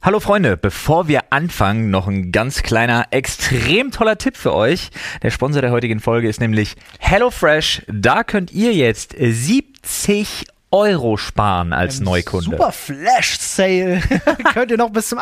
Hallo Freunde, bevor wir anfangen, noch ein ganz kleiner, extrem toller Tipp für euch. Der Sponsor der heutigen Folge ist nämlich HelloFresh. Da könnt ihr jetzt 70 € sparen als Neukunde. Super Flash-Sale. Könnt ihr noch bis zum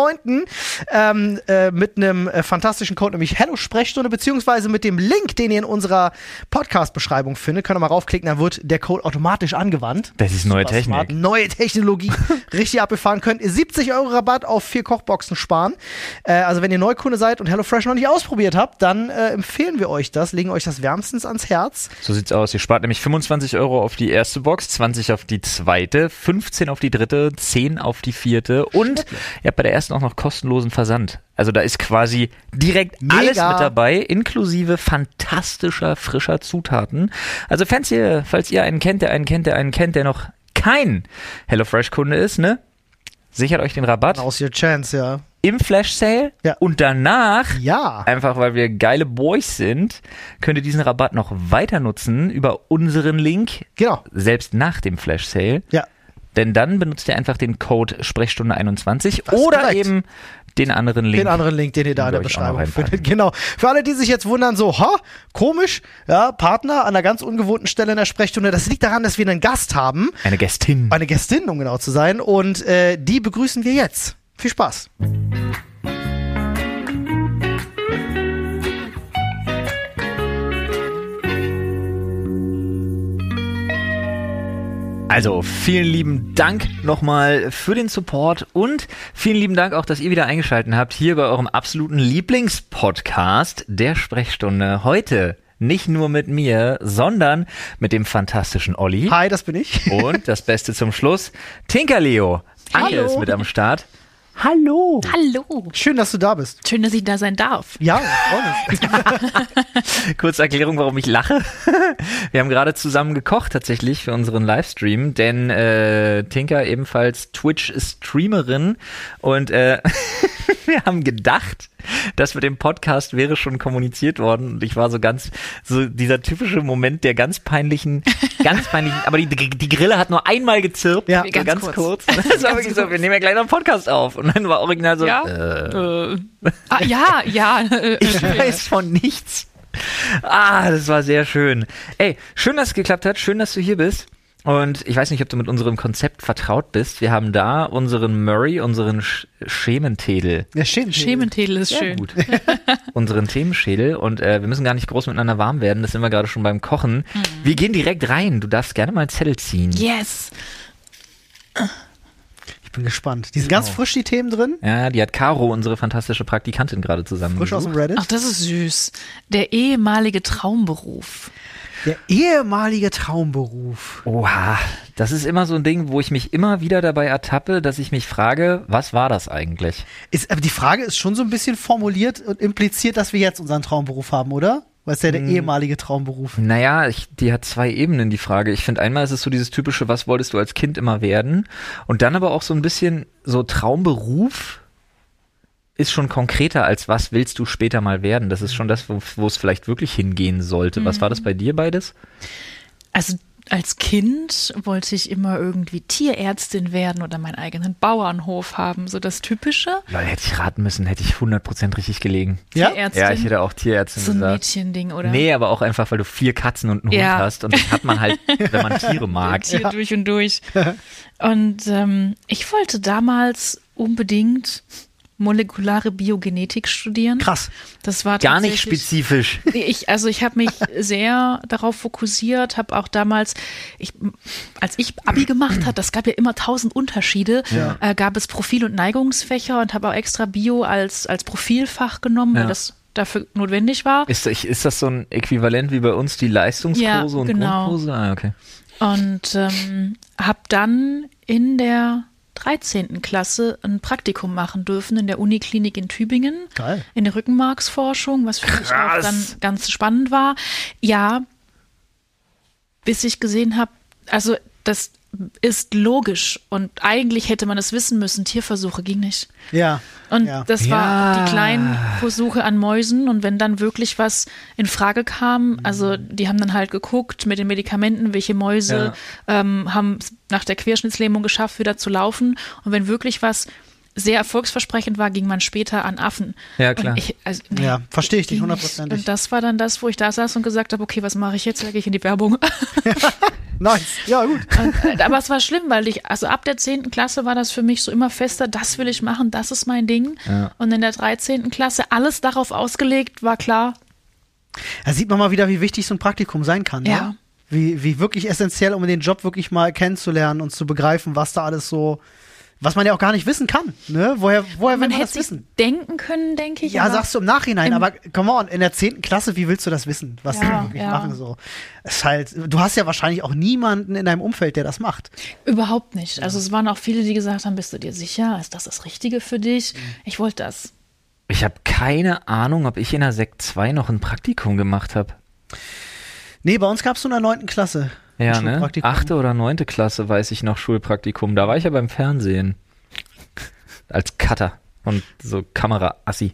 8.9. Mit einem fantastischen Code, nämlich HelloSprechstunde, beziehungsweise mit dem Link, den ihr in unserer Podcast-Beschreibung findet. Könnt ihr mal raufklicken, dann wird der Code automatisch angewandt. Das ist neue Technik. Smart, neue Technologie. Richtig abgefahren. Könnt ihr 70 € Rabatt auf 4 Kochboxen sparen. Also wenn ihr Neukunde seid und HelloFresh noch nicht ausprobiert habt, dann empfehlen wir euch das, legen euch das wärmstens ans Herz. So sieht's aus. Ihr spart nämlich 25 € auf die erste Box, 20 auf die zweite, 15 auf die dritte, 10 auf die vierte und ihr habt bei der ersten auch noch kostenlosen Versand. Also da ist quasi direkt alles mit dabei, inklusive fantastischer, frischer Zutaten. Also falls ihr einen kennt, der noch kein HelloFresh-Kunde ist, ne? Sichert euch den Rabatt. Aus your chance, ja. Im Flash-Sale und danach, einfach weil wir geile Boys sind, könnt ihr diesen Rabatt noch weiter nutzen über unseren Link, selbst nach dem Flash-Sale. Ja. Denn dann benutzt ihr einfach den Code Sprechstunde21 oder eben den anderen Link. Den anderen Link, den ihr da in der Beschreibung findet. Genau. Für alle, die sich jetzt wundern, so, komisch, ja, Partner an einer ganz ungewohnten Stelle in der Sprechstunde. Das liegt daran, dass wir einen Gast haben. Eine Gästin. Eine Gästin, um genau zu sein. Und die begrüßen wir jetzt. Viel Spaß. Also, vielen lieben Dank nochmal für den Support und vielen lieben Dank auch, dass ihr wieder eingeschaltet habt hier bei eurem absoluten Lieblingspodcast der Sprechstunde. Heute nicht nur mit mir, sondern mit dem fantastischen Olli. Hi, das bin ich. Und das Beste zum Schluss, Tinkerleo. Anke ist mit am Start. Hallo. Hallo. Schön, dass du da bist. Schön, dass ich da sein darf. Ja, freue mich. Kurze Erklärung, warum ich lache. Wir haben gerade zusammen gekocht tatsächlich für unseren Livestream, denn Tinker ebenfalls Twitch-Streamerin und wir haben gedacht, das mit dem Podcast wäre schon kommuniziert worden und ich war so dieser typische Moment der ganz peinlichen, aber die Grille hat nur einmal gezirpt, ja, so ganz kurz. Das war wirklich so, wir nehmen ja gleich noch einen Podcast auf und dann war original so, ja. Ich weiß von nichts. Das war sehr schön. Ey, schön, dass es geklappt hat, schön, dass du hier bist. Und ich weiß nicht, ob du mit unserem Konzept vertraut bist. Wir haben da unseren Murray, unseren Schementedel. Ja, Schementedel ist schön. Gut. Unseren Themenschädel. Und wir müssen gar nicht groß miteinander warm werden. Das sind wir gerade schon beim Kochen. Wir gehen direkt rein. Du darfst gerne mal einen Zettel ziehen. Yes. Ich bin gespannt. Die sind ganz frisch, die Themen drin. Ja, die hat Caro, unsere fantastische Praktikantin, gerade zusammen. Frisch aus dem Reddit. Ach, das ist süß. Der ehemalige Traumberuf. Der ehemalige Traumberuf. Oha, das ist immer so ein Ding, wo ich mich immer wieder dabei ertappe, dass ich mich frage, was war das eigentlich? Aber die Frage ist schon so ein bisschen formuliert und impliziert, dass wir jetzt unseren Traumberuf haben, oder? Was ist ja der ehemalige Traumberuf? Naja, die hat zwei Ebenen, die Frage. Ich finde, einmal ist es so dieses typische, was wolltest du als Kind immer werden? Und dann aber auch so ein bisschen so Traumberuf ist schon konkreter als was willst du später mal werden. Das ist schon das, wo es vielleicht wirklich hingehen sollte. Was war das bei dir beides? Also als Kind wollte ich immer irgendwie Tierärztin werden oder meinen eigenen Bauernhof haben, so das Typische. Leute, hätte ich raten müssen, hätte ich 100% richtig gelegen. Ja? Tierärztin. Ja, ich hätte auch Tierärztin so ein gesagt. Mädchending, oder? Nee, aber auch einfach, weil du 4 Katzen und einen Hund hast. Und das hat man halt, wenn man Tiere mag. Tier durch und durch. Und ich wollte damals unbedingt molekulare Biogenetik studieren. Krass. Das war gar nicht spezifisch. Ich habe mich sehr darauf fokussiert, habe auch damals, als ich Abi gemacht habe, das gab ja immer 1000 Unterschiede, gab es Profil- und Neigungsfächer und habe auch extra Bio als Profilfach genommen, weil das dafür notwendig war. Ist das so ein Äquivalent wie bei uns die Leistungskurse und Grundkurse? Ah, okay. Und habe dann in der 13. Klasse ein Praktikum machen dürfen in der Uniklinik in Tübingen. Geil. In der Rückenmarksforschung, was für mich auch dann ganz spannend war. Ja, bis ich gesehen habe, also das ist logisch und eigentlich hätte man es wissen müssen, Tierversuche ging nicht. Ja. Und das war die kleinen Versuche an Mäusen und wenn dann wirklich was in Frage kam, also die haben dann halt geguckt mit den Medikamenten, welche Mäuse haben es nach der Querschnittslähmung geschafft, wieder zu laufen und wenn wirklich was sehr erfolgsversprechend war, ging man später an Affen. Ja, klar. Ja, verstehe ich dich ging nicht. 100%. Und das war dann das, wo ich da saß und gesagt habe, okay, was mache ich jetzt? Da gehe ich in die Werbung. Nice, ja gut. Aber es war schlimm, weil also ab der 10. Klasse war das für mich so immer fester, das will ich machen, das ist mein Ding. Ja. Und in der 13. Klasse alles darauf ausgelegt, war klar. Da sieht man mal wieder, wie wichtig so ein Praktikum sein kann. Ja. Ne? Wie wirklich essentiell, um den Job wirklich mal kennenzulernen und zu begreifen, was da alles so, was man ja auch gar nicht wissen kann. Ne? Woher will man das wissen? Denken können, denke ich. Ja, sagst du im Nachhinein, aber come on, in der 10. Klasse, wie willst du das wissen, was die wirklich machen? So. Es ist halt, du hast ja wahrscheinlich auch niemanden in deinem Umfeld, der das macht. Überhaupt nicht. Also es waren auch viele, die gesagt haben, bist du dir sicher? Ist das das Richtige für dich? Ich wollte das. Ich habe keine Ahnung, ob ich in der Sekt 2 noch ein Praktikum gemacht habe. Nee, bei uns gab es nur in der 9. Klasse. Ja, ne? 8. oder 9. Klasse weiß ich noch Schulpraktikum. Da war ich ja beim Fernsehen. Als Cutter und so Kamera-Assi.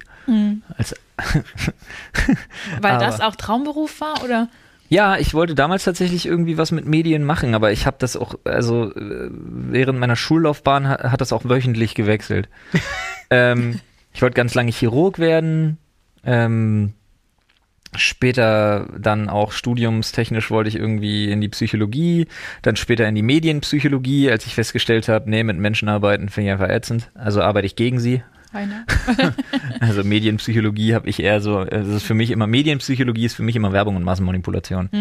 Weil das auch Traumberuf war, oder? Ja, ich wollte damals tatsächlich irgendwie was mit Medien machen, aber ich habe das auch, also während meiner Schullaufbahn hat das auch wöchentlich gewechselt. Ich wollte ganz lange Chirurg werden, später dann auch studiumstechnisch wollte ich irgendwie in die Psychologie, dann später in die Medienpsychologie, als ich festgestellt habe, nee, mit Menschen arbeiten finde ich einfach ätzend, also arbeite ich gegen sie. Also Medienpsychologie habe ich eher so, das ist für mich immer, Medienpsychologie ist für mich immer Werbung und Massenmanipulation.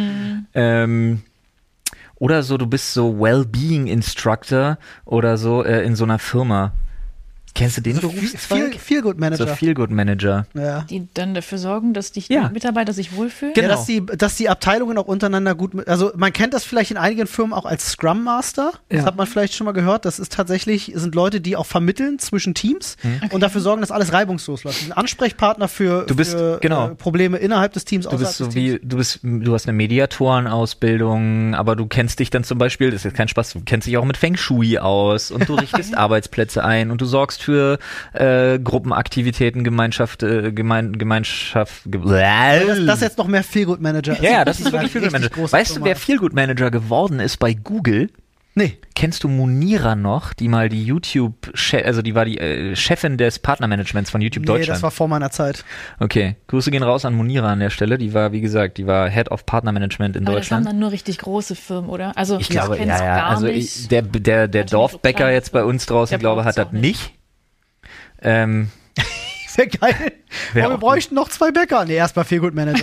Oder so, du bist so Wellbeing Instructor oder so in so einer Firma. Kennst du den Berufszweig? Feel-Good Manager. So Feel-Good Manager. Ja. Die dann dafür sorgen, dass die Mitarbeiter sich wohlfühlen? Genau. Ja, dass die Abteilungen auch untereinander gut, also man kennt das vielleicht in einigen Firmen auch als Scrum Master. Das hat man vielleicht schon mal gehört. Das ist tatsächlich, sind Leute, die auch vermitteln zwischen Teams und dafür sorgen, dass alles reibungslos läuft. Ein Ansprechpartner für Probleme innerhalb des Teams, außerhalb des Teams. Du hast eine Mediatorenausbildung, aber du kennst dich dann zum Beispiel, das ist jetzt kein Spaß, du kennst dich auch mit Feng Shui aus und du richtest Arbeitsplätze ein und du sorgst für Gruppenaktivitäten, Gemeinschaft. Das ist jetzt noch mehr Feelgood Manager. Ja, das ist wirklich Feelgood Manager. Weißt du, wer Feelgood Manager geworden ist bei Google? Nee. Kennst du Munira noch, die mal die die war die Chefin des Partnermanagements von YouTube Deutschland? Nee, das war vor meiner Zeit. Okay, Grüße gehen raus an Munira an der Stelle. Die war, wie gesagt, Head of Partnermanagement in Deutschland. Das haben dann nur richtig große Firmen, oder? Also ich glaube, also der Dorfbäcker jetzt bei uns draußen, glaube hat das nicht. Sehr geil. Aber wir bräuchten noch 2 Bäcker. Nee, erstmal Feelgood Manager.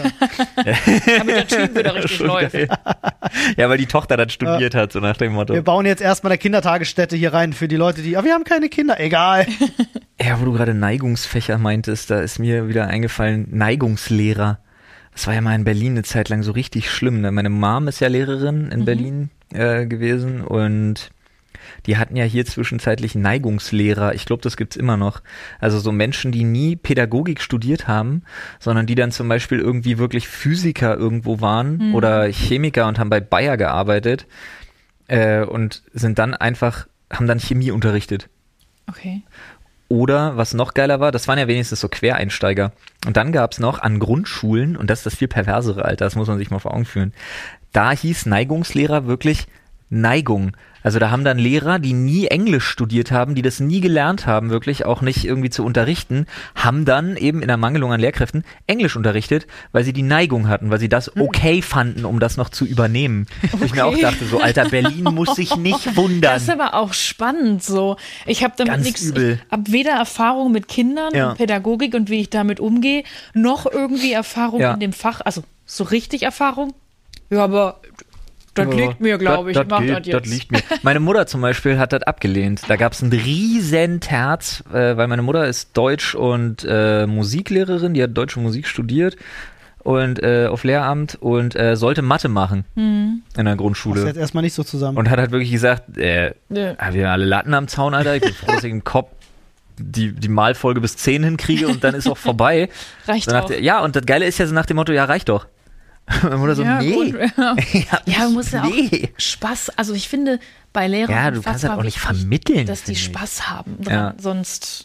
Damit der Team wieder richtig läuft. Ja, weil die Tochter dann studiert hat, so nach dem Motto. Wir bauen jetzt erstmal eine Kindertagesstätte hier rein für die Leute, wir haben keine Kinder. Egal. Ja, wo du gerade Neigungsfächer meintest, da ist mir wieder eingefallen, Neigungslehrer. Das war ja mal in Berlin eine Zeit lang so richtig schlimm. Ne? Meine Mom ist ja Lehrerin in Berlin gewesen und die hatten ja hier zwischenzeitlich Neigungslehrer. Ich glaube, das gibt's immer noch. Also so Menschen, die nie Pädagogik studiert haben, sondern die dann zum Beispiel irgendwie wirklich Physiker irgendwo waren oder Chemiker und haben bei Bayer gearbeitet und sind dann haben dann Chemie unterrichtet. Okay. Oder, was noch geiler war, das waren ja wenigstens so Quereinsteiger. Und dann gab's noch an Grundschulen, und das ist das viel perversere, Alter, das muss man sich mal vor Augen führen, da hieß Neigungslehrer wirklich Neigung. Also da haben dann Lehrer, die nie Englisch studiert haben, die das nie gelernt haben, wirklich auch nicht irgendwie zu unterrichten, haben dann eben in der Mangelung an Lehrkräften Englisch unterrichtet, weil sie die Neigung hatten, weil sie das okay fanden, um das noch zu übernehmen. Okay. Ich mir auch dachte, so Alter, Berlin muss sich nicht wundern. Das ist aber auch spannend so. Ich habe damit nichts, ich habe weder Erfahrung mit Kindern und Pädagogik und wie ich damit umgehe, noch irgendwie Erfahrung in dem Fach, also so richtig Erfahrung. Ja, aber das liegt mir, glaube ich. Das liegt mir. Meine Mutter zum Beispiel hat das abgelehnt. Da gab es einen riesen Terz, weil meine Mutter ist Deutsch- und Musiklehrerin, die hat deutsche Musik studiert und auf Lehramt und sollte Mathe machen in der Grundschule. Das jetzt erstmal nicht so zusammen. Und hat halt wirklich gesagt, wir haben alle Latten am Zaun, Alter. Ich bin froh, dass ich im Kopf die Malfolge bis 10 hinkriege und dann ist auch vorbei. Reicht auch. Ja, und das Geile ist ja so nach dem Motto, ja, reicht doch. Oder so, nee. Du musst ja auch Spaß, also ich finde, bei Lehrern du kannst halt auch nicht vermitteln, dass die Spaß haben dran, ja. Sonst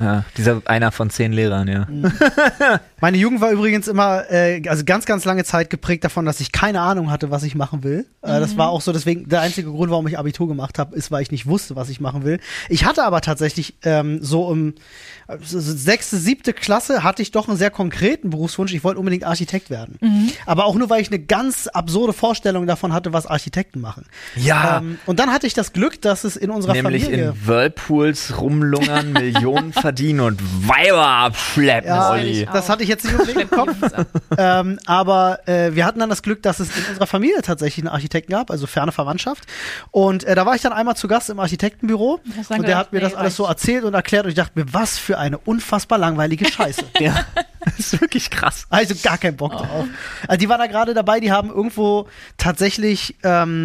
Ja, dieser einer von 10 Lehrern, ja. Meine Jugend war übrigens immer, also ganz, ganz lange Zeit geprägt davon, dass ich keine Ahnung hatte, was ich machen will. Das war auch so, deswegen der einzige Grund, warum ich Abitur gemacht habe, ist, weil ich nicht wusste, was ich machen will. Ich hatte aber tatsächlich so im 6., 7. Klasse hatte ich doch einen sehr konkreten Berufswunsch. Ich wollte unbedingt Architekt werden. Aber auch nur, weil ich eine ganz absurde Vorstellung davon hatte, was Architekten machen. Ja. Und dann hatte ich das Glück, dass es in unserer Nämlich Familie... in Whirlpools rumlungern, Millionen verdienen und Weiber abschleppen, Ja, Olli. das hatte ich jetzt nicht unbedingt im Kopf. Aber wir hatten dann das Glück, dass es in unserer Familie tatsächlich einen Architekten gab, also ferne Verwandtschaft. Und da war ich dann einmal zu Gast im Architektenbüro und der hat mir das alles so erzählt und erklärt und ich dachte mir, was für eine unfassbar langweilige Scheiße. Ja, das ist wirklich krass. Also gar keinen Bock drauf. Also die waren da gerade dabei, die haben irgendwo tatsächlich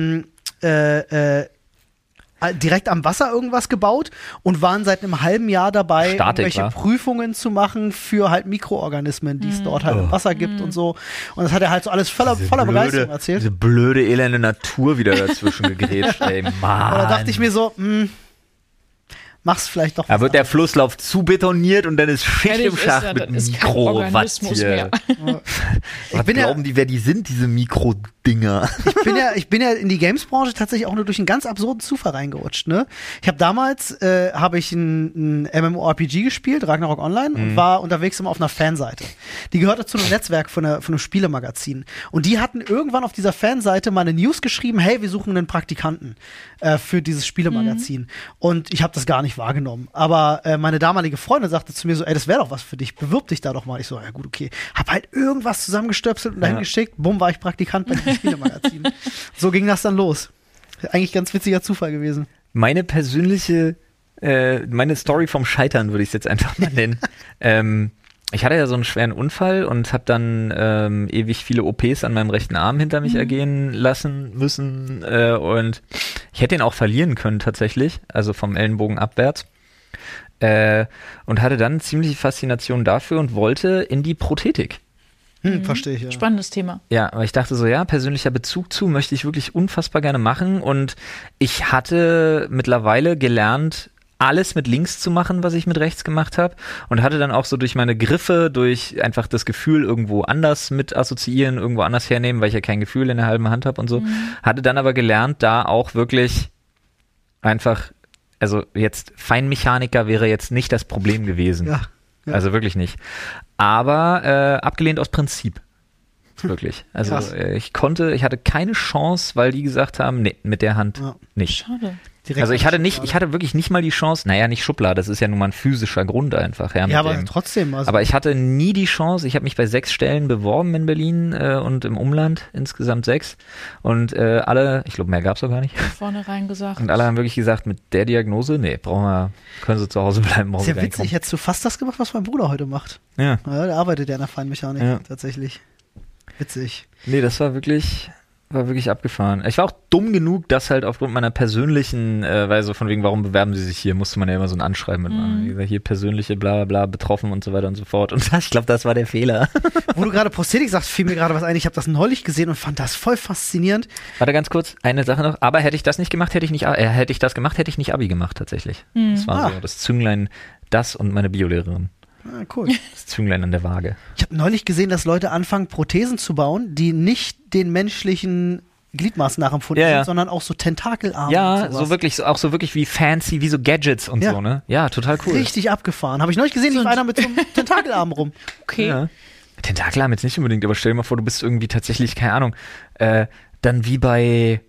direkt am Wasser irgendwas gebaut und waren seit einem halben Jahr dabei, irgendwelche Prüfungen zu machen für halt Mikroorganismen, die es dort halt im Wasser gibt und so. Und das hat er halt so alles voller Begeisterung erzählt. Diese blöde, elende Natur wieder dazwischen gegrätscht, ey, Mann. Und da dachte ich mir so, mach's vielleicht doch. Da wird der Flusslauf zu betoniert und dann ist Schicht im Schacht mit Mikrowatt hier. Was glauben die, wer die sind, diese Mikrodinger? Ich bin ja in die Games-Branche tatsächlich auch nur durch einen ganz absurden Zufall reingerutscht, ne? Ich habe damals ein MMORPG gespielt, Ragnarok Online, und war unterwegs immer auf einer Fanseite. Die gehörte zu einem Netzwerk von einem Spielemagazin. Und die hatten irgendwann auf dieser Fanseite mal eine News geschrieben, hey, wir suchen einen Praktikanten für dieses Spielemagazin. Und ich habe das gar nicht wahrgenommen. Aber meine damalige Freundin sagte zu mir so, ey, das wäre doch was für dich, bewirb dich da doch mal. Ich so, ja gut, okay. Hab halt irgendwas zusammengestöpselt und dahin geschickt, bumm, war ich Praktikant bei diesem Spielemagazin. So ging das dann los. Eigentlich ganz witziger Zufall gewesen. Meine Story vom Scheitern würde ich es jetzt einfach mal nennen. Ich hatte ja so einen schweren Unfall und habe dann ewig viele OPs an meinem rechten Arm hinter mich ergehen lassen müssen und ich hätte ihn auch verlieren können tatsächlich, also vom Ellenbogen abwärts und hatte dann ziemliche Faszination dafür und wollte in die Prothetik. Verstehe ich, ja. Spannendes Thema. Ja, aber ich dachte so, ja, persönlicher Bezug zu möchte ich wirklich unfassbar gerne machen und ich hatte mittlerweile gelernt, alles mit links zu machen, was ich mit rechts gemacht habe und hatte dann auch so durch meine Griffe, durch einfach das Gefühl irgendwo anders mit assoziieren, irgendwo anders hernehmen, weil ich ja kein Gefühl in der halben Hand habe und so, hatte dann aber gelernt, da auch wirklich einfach, also jetzt Feinmechaniker wäre jetzt nicht das Problem gewesen. Ja. Also wirklich nicht. Aber abgelehnt aus Prinzip. Wirklich. Also ich hatte keine Chance, weil die gesagt haben, nee, mit der Hand nicht. Schade. Also ich hatte wirklich nicht mal die Chance, naja, nicht Schublade, das ist ja nun mal ein physischer Grund einfach. Ja, aber trotzdem. Also aber ich hatte nie die Chance, ich habe mich bei 6 Stellen beworben in Berlin und im Umland, insgesamt 6. Und alle, ich glaube mehr gab es auch gar nicht. Vornherein gesagt. Und alle haben wirklich gesagt, mit der Diagnose, nee, können sie zu Hause bleiben. Ist ja witzig, hättest du fast das gemacht, was mein Bruder heute macht. Ja. Der arbeitet ja in der Feinmechanik, tatsächlich. Witzig. Nee, das war wirklich abgefahren. Ich war auch dumm genug, dass halt aufgrund meiner persönlichen Weise von wegen, warum bewerben sie sich hier, musste man ja immer so ein Anschreiben mitmachen. Hier persönliche bla bla bla, betroffen und so weiter und so fort. Und ich glaube, das war der Fehler. Wo du gerade Prosthetik sagst, fiel mir gerade was ein. Ich habe das neulich gesehen und fand das voll faszinierend. Warte ganz kurz, eine Sache noch. Aber hätte ich das nicht gemacht, hätte ich nicht Abi gemacht tatsächlich. Das war so das Zünglein, das und meine Biolehrerin. Ah, cool. Das Zünglein an der Waage. Ich habe neulich gesehen, dass Leute anfangen, Prothesen zu bauen, die nicht den menschlichen Gliedmaßen nachempfunden sind, sondern auch so Tentakelarme. Ja, so wirklich, auch so wirklich wie fancy, wie so Gadgets und so, ne? Ja, total cool. Richtig abgefahren. Habe ich neulich gesehen, lief einer mit so einem Tentakelarm rum. Okay. Ja. Tentakelarm jetzt nicht unbedingt, aber stell dir mal vor, du bist irgendwie tatsächlich, keine Ahnung, dann wie bei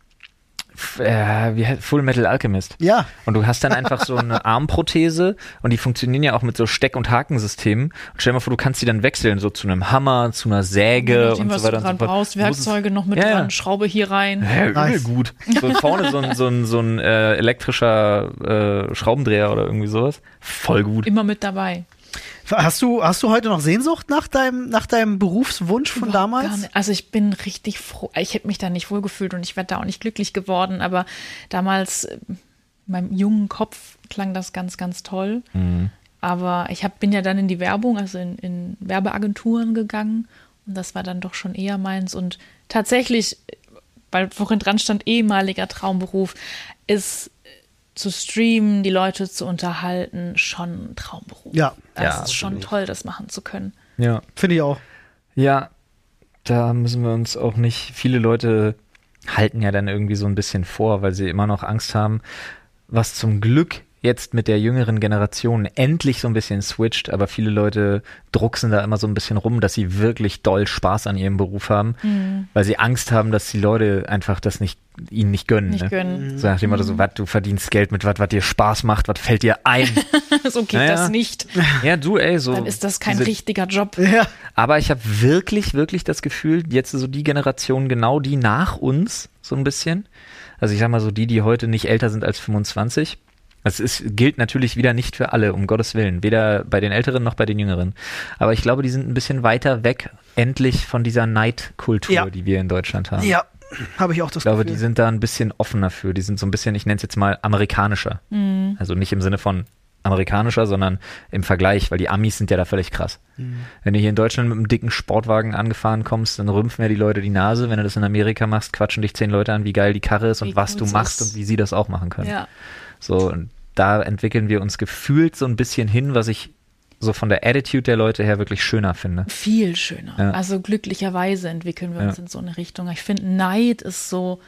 Full Metal Alchemist. Ja. Und du hast dann einfach so eine Armprothese und die funktionieren ja auch mit so Steck- und Hakensystemen. Und stell dir mal vor, du kannst die dann wechseln, so zu einem Hammer, zu einer Säge und so weiter und so fort. Brauchst Werkzeuge noch mit dran, Schraube hier rein. Ja, nice. Gut. So vorne so ein elektrischer Schraubendreher oder irgendwie sowas. Voll gut. Immer mit dabei. Hast du heute noch Sehnsucht nach deinem Berufswunsch von damals? Gar nicht. Also ich bin richtig froh. Ich hätte mich da nicht wohlgefühlt und ich wäre da auch nicht glücklich geworden. Aber damals, in meinem jungen Kopf, klang das ganz, ganz toll. Aber ich bin ja dann in die Werbung, also in Werbeagenturen gegangen. Und das war dann doch schon eher meins. Und tatsächlich, weil vorhin dran stand, ehemaliger Traumberuf, ist zu streamen, die Leute zu unterhalten, schon ein Traumberuf. Ja. Es ist schon toll, das machen zu können. Ja. Finde ich auch. Ja, da müssen wir uns auch nicht, viele Leute halten ja dann irgendwie so ein bisschen vor, weil sie immer noch Angst haben, was zum Glück jetzt mit der jüngeren Generation endlich so ein bisschen switcht, aber viele Leute drucksen da immer so ein bisschen rum, dass sie wirklich doll Spaß an ihrem Beruf haben, weil sie Angst haben, dass die Leute einfach das ihnen nicht gönnen. So nach dem Motto so, was, du verdienst Geld mit was dir Spaß macht, was fällt dir ein? So geht das nicht. Ja, so. Dann ist das kein richtiger Job. Ja. Aber ich habe wirklich, wirklich das Gefühl, jetzt so die Generation, genau die nach uns, so ein bisschen. Also ich sag mal so, die heute nicht älter sind als 25. Gilt natürlich wieder nicht für alle, um Gottes Willen. Weder bei den Älteren noch bei den Jüngeren. Aber ich glaube, die sind ein bisschen weiter weg, endlich von dieser Neidkultur, die wir in Deutschland haben. Ja, habe ich auch das Gefühl. Ich glaube, Gefühl. die sind da ein bisschen offener für. Die sind so ein bisschen, ich nenne es jetzt mal amerikanischer. Also nicht im Sinne von amerikanischer, sondern im Vergleich, weil die Amis sind ja da völlig krass. Wenn du hier in Deutschland mit einem dicken Sportwagen angefahren kommst, dann rümpfen ja die Leute die Nase. Wenn du das in Amerika machst, quatschen dich 10 Leute an, wie geil die Karre ist und was du machst und wie sie das auch machen können. Ja. So, und da entwickeln wir uns gefühlt so ein bisschen hin, was ich so von der Attitude der Leute her wirklich schöner finde. Viel schöner. Ja. Also glücklicherweise entwickeln wir uns in so eine Richtung. Ich finde, Neid ist so,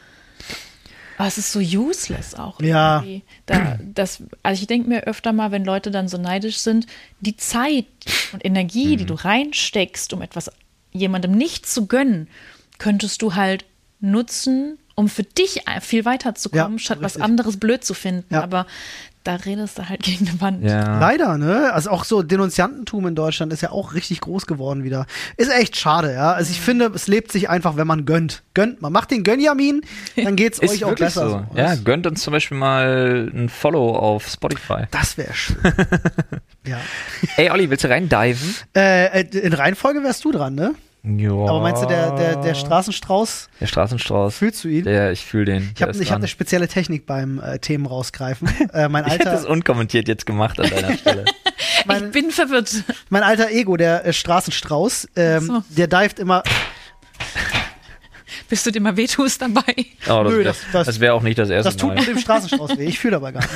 es ist so useless auch. Ja. Also ich denke mir öfter mal, wenn Leute dann so neidisch sind, die Zeit und Energie, die du reinsteckst, um etwas jemandem nicht zu gönnen, könntest du halt nutzen, um für dich viel weiterzukommen, statt richtig. Was anderes blöd zu finden. Ja. Aber da redest du halt gegen eine Wand. Ja. Leider, ne? Also auch so Denunziantentum in Deutschland ist ja auch richtig groß geworden wieder. Ist echt schade, ja. Also ich finde, es lebt sich einfach, wenn man gönnt. Gönnt man. Macht den Gönjamin, dann geht's euch auch besser. So. Ja, gönnt uns zum Beispiel mal ein Follow auf Spotify. Das wäre schön. Ja. Ey, Olli, willst du reindiven? In Reihenfolge wärst du dran, ne? Ja. Aber meinst du, der Straßenstrauß? Der Straßenstrauß. Fühlst du ihn? Ich fühle den. Ich habe eine spezielle Technik beim Themen rausgreifen. Ich hätte das unkommentiert jetzt gemacht an deiner Stelle. Ich bin verwirrt. Mein alter Ego, der Straßenstrauß, der dived immer. Bis du dir mal wehtust dabei. Oh, das wäre auch nicht das erste Mal. Das tut nur dem Straßenstrauß weh. Ich fühle aber gar nicht.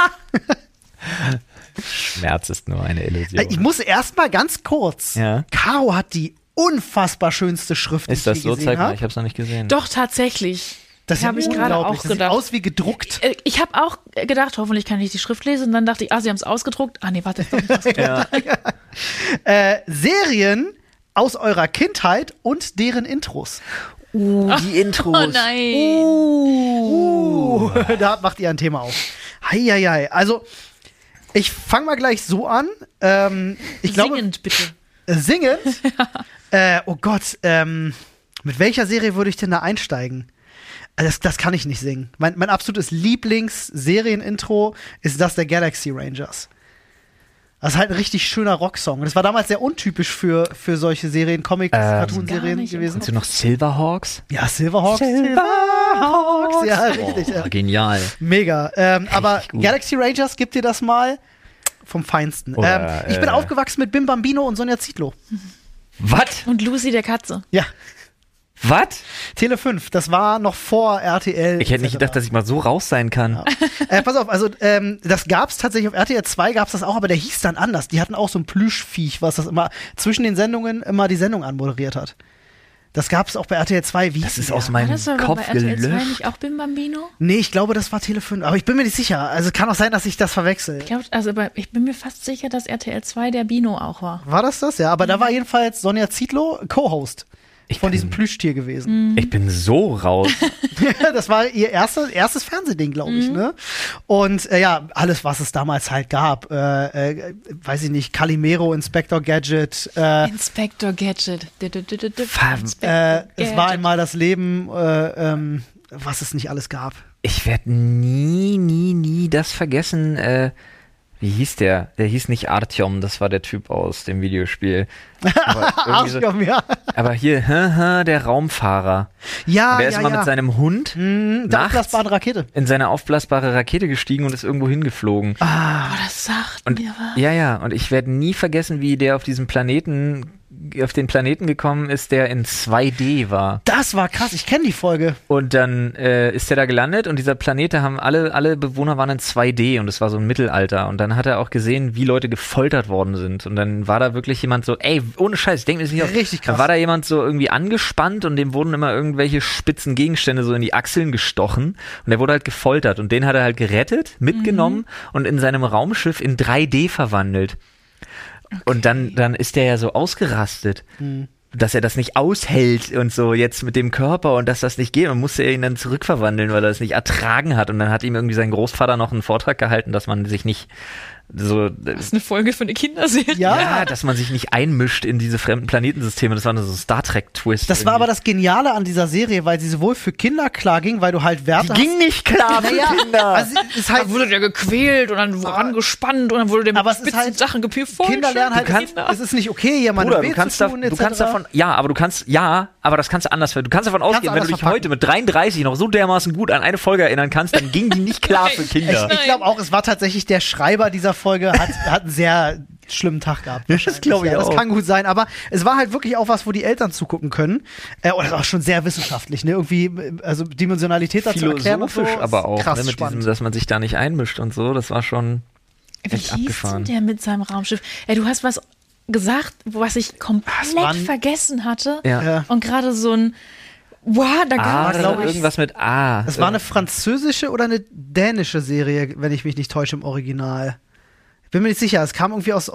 Schmerz ist nur eine Illusion. Ich muss erst mal ganz kurz. Ja. Caro hat die unfassbar schönste Schrift, die ich je gesehen habe. Ist das so? Zeig mal, ich habe es noch nicht gesehen. Doch, tatsächlich. Das habe ich gerade auch gedacht. Das sieht aus wie gedruckt. Ich habe auch gedacht, hoffentlich kann ich die Schrift lesen. Und dann dachte ich, sie haben es ausgedruckt. Nee, warte, ist doch nicht ausgedruckt. Serien aus eurer Kindheit und deren Intros. Die Intros. Oh nein. Da macht ihr ein Thema auf. Heieiei. Also, ich fange mal gleich so an. Singend, bitte. Singend? Oh Gott, mit welcher Serie würde ich denn da einsteigen? Das kann ich nicht singen. Mein absolutes Lieblings-Serien-Intro ist das der Galaxy Rangers. Das ist halt ein richtig schöner Rocksong. Das war damals sehr untypisch für solche Serien, Comics, Cartoon-Serien gewesen. Kennst du noch Silverhawks? Ja, Silverhawks, ja, richtig. Ja. Genial. Mega. Aber Galaxy Rangers, gib dir das mal vom Feinsten. Ich bin aufgewachsen mit Bim Bambino und Sonja Zietlow. Was? Und Lucy der Katze. Ja. Was? Tele 5, das war noch vor RTL. Ich hätte nicht gedacht, dass ich mal so raus sein kann. Ja. Pass auf, also das gab's tatsächlich auf RTL 2 gab's das auch, aber der hieß dann anders. Die hatten auch so ein Plüschviech, was das immer zwischen den Sendungen immer die Sendung anmoderiert hat. Das gab's auch bei RTL 2. Wie das ist aus meinem Kopf gelöscht. War bei RTL 2 nicht auch Bim Bambino? Nee, ich glaube, das war Tele 5. Aber ich bin mir nicht sicher. Also kann auch sein, dass ich das verwechsel. Ich bin mir fast sicher, dass RTL 2 der Bino auch war. War das? Ja, aber da war jedenfalls Sonja Zietlow Co-Host. Von diesem Plüschtier gewesen. Ich bin so raus. Das war ihr erstes Fernsehding, glaube ich, ne? Und alles, was es damals halt gab. Weiß ich nicht, Calimero, Inspector Gadget. Inspector Gadget. Es war einmal das Leben, was es nicht alles gab. Ich werde nie das vergessen. Wie hieß der? Der hieß nicht Artyom, das war der Typ aus dem Videospiel. Artyom, ja. Aber hier, der Raumfahrer. Ja, der ist mal mit seinem Hund der aufblasbaren Rakete. In seine aufblasbare Rakete gestiegen und ist irgendwo hingeflogen. Das sagt mir was. Ja, und ich werde nie vergessen, wie der auf diesem Planeten auf den Planeten gekommen ist, der in 2D war. Das war krass, ich kenne die Folge. Und dann ist er da gelandet und dieser Planet, da haben alle Bewohner waren in 2D und es war so ein Mittelalter. Und dann hat er auch gesehen, wie Leute gefoltert worden sind. Und dann war da wirklich jemand so, ey, ohne Scheiß, ich denke mir das nicht aus. Richtig krass. Dann war da jemand so irgendwie angespannt und dem wurden immer irgendwelche spitzen Gegenstände so in die Achseln gestochen. Und der wurde halt gefoltert. Und den hat er halt gerettet, mitgenommen und in seinem Raumschiff in 3D verwandelt. Okay. Und dann ist der ja so ausgerastet, dass er das nicht aushält und so jetzt mit dem Körper und dass das nicht geht. Und musste er ihn dann zurückverwandeln, weil er es nicht ertragen hat. Und dann hat ihm irgendwie sein Großvater noch einen Vortrag gehalten, dass man sich nicht so... Das ist eine Folge für eine Kinderserie. Ja, dass man sich nicht einmischt in diese fremden Planetensysteme. Das war so ein Star Trek-Twist. Das war aber das Geniale an dieser Serie, weil sie sowohl für Kinder klar ging, weil du halt Werte hast. Die ging nicht klar für Kinder. Also ist halt Da wurde der gequält und dann vorangespannt und dann wurde der mit spitzen halt, Sachen gepielt. Kinder lernen halt, es ist nicht okay, jemandem Bruder, weh du kannst zu tun, du kannst davon, aber das kannst du anders, du kannst davon ausgehen, wenn du dich heute mit 33 noch so dermaßen gut an eine Folge erinnern kannst, dann ging die nicht klar für Kinder. Ich glaube auch, es war tatsächlich der Schreiber dieser Folge, hat einen sehr schlimmen Tag gehabt. Das glaube ich auch. Das kann gut sein, aber es war halt wirklich auch was, wo die Eltern zugucken können. Und das war auch schon sehr wissenschaftlich, ne? Irgendwie, also Dimensionalität dazu erklären und so. Philosophisch aber auch, krass ne? Mit spannend. diesem, dass man sich da nicht einmischt und so, das war schon Wie echt hieß abgefahren. denn der mit seinem Raumschiff? Ey, du hast was gesagt, was ich komplett vergessen hatte. Ja. Und gerade so ein da gab es, glaub ich, irgendwas mit A. Es war eine französische oder eine dänische Serie, wenn ich mich nicht täusche, im Original. Ich bin mir nicht sicher, es kam irgendwie aus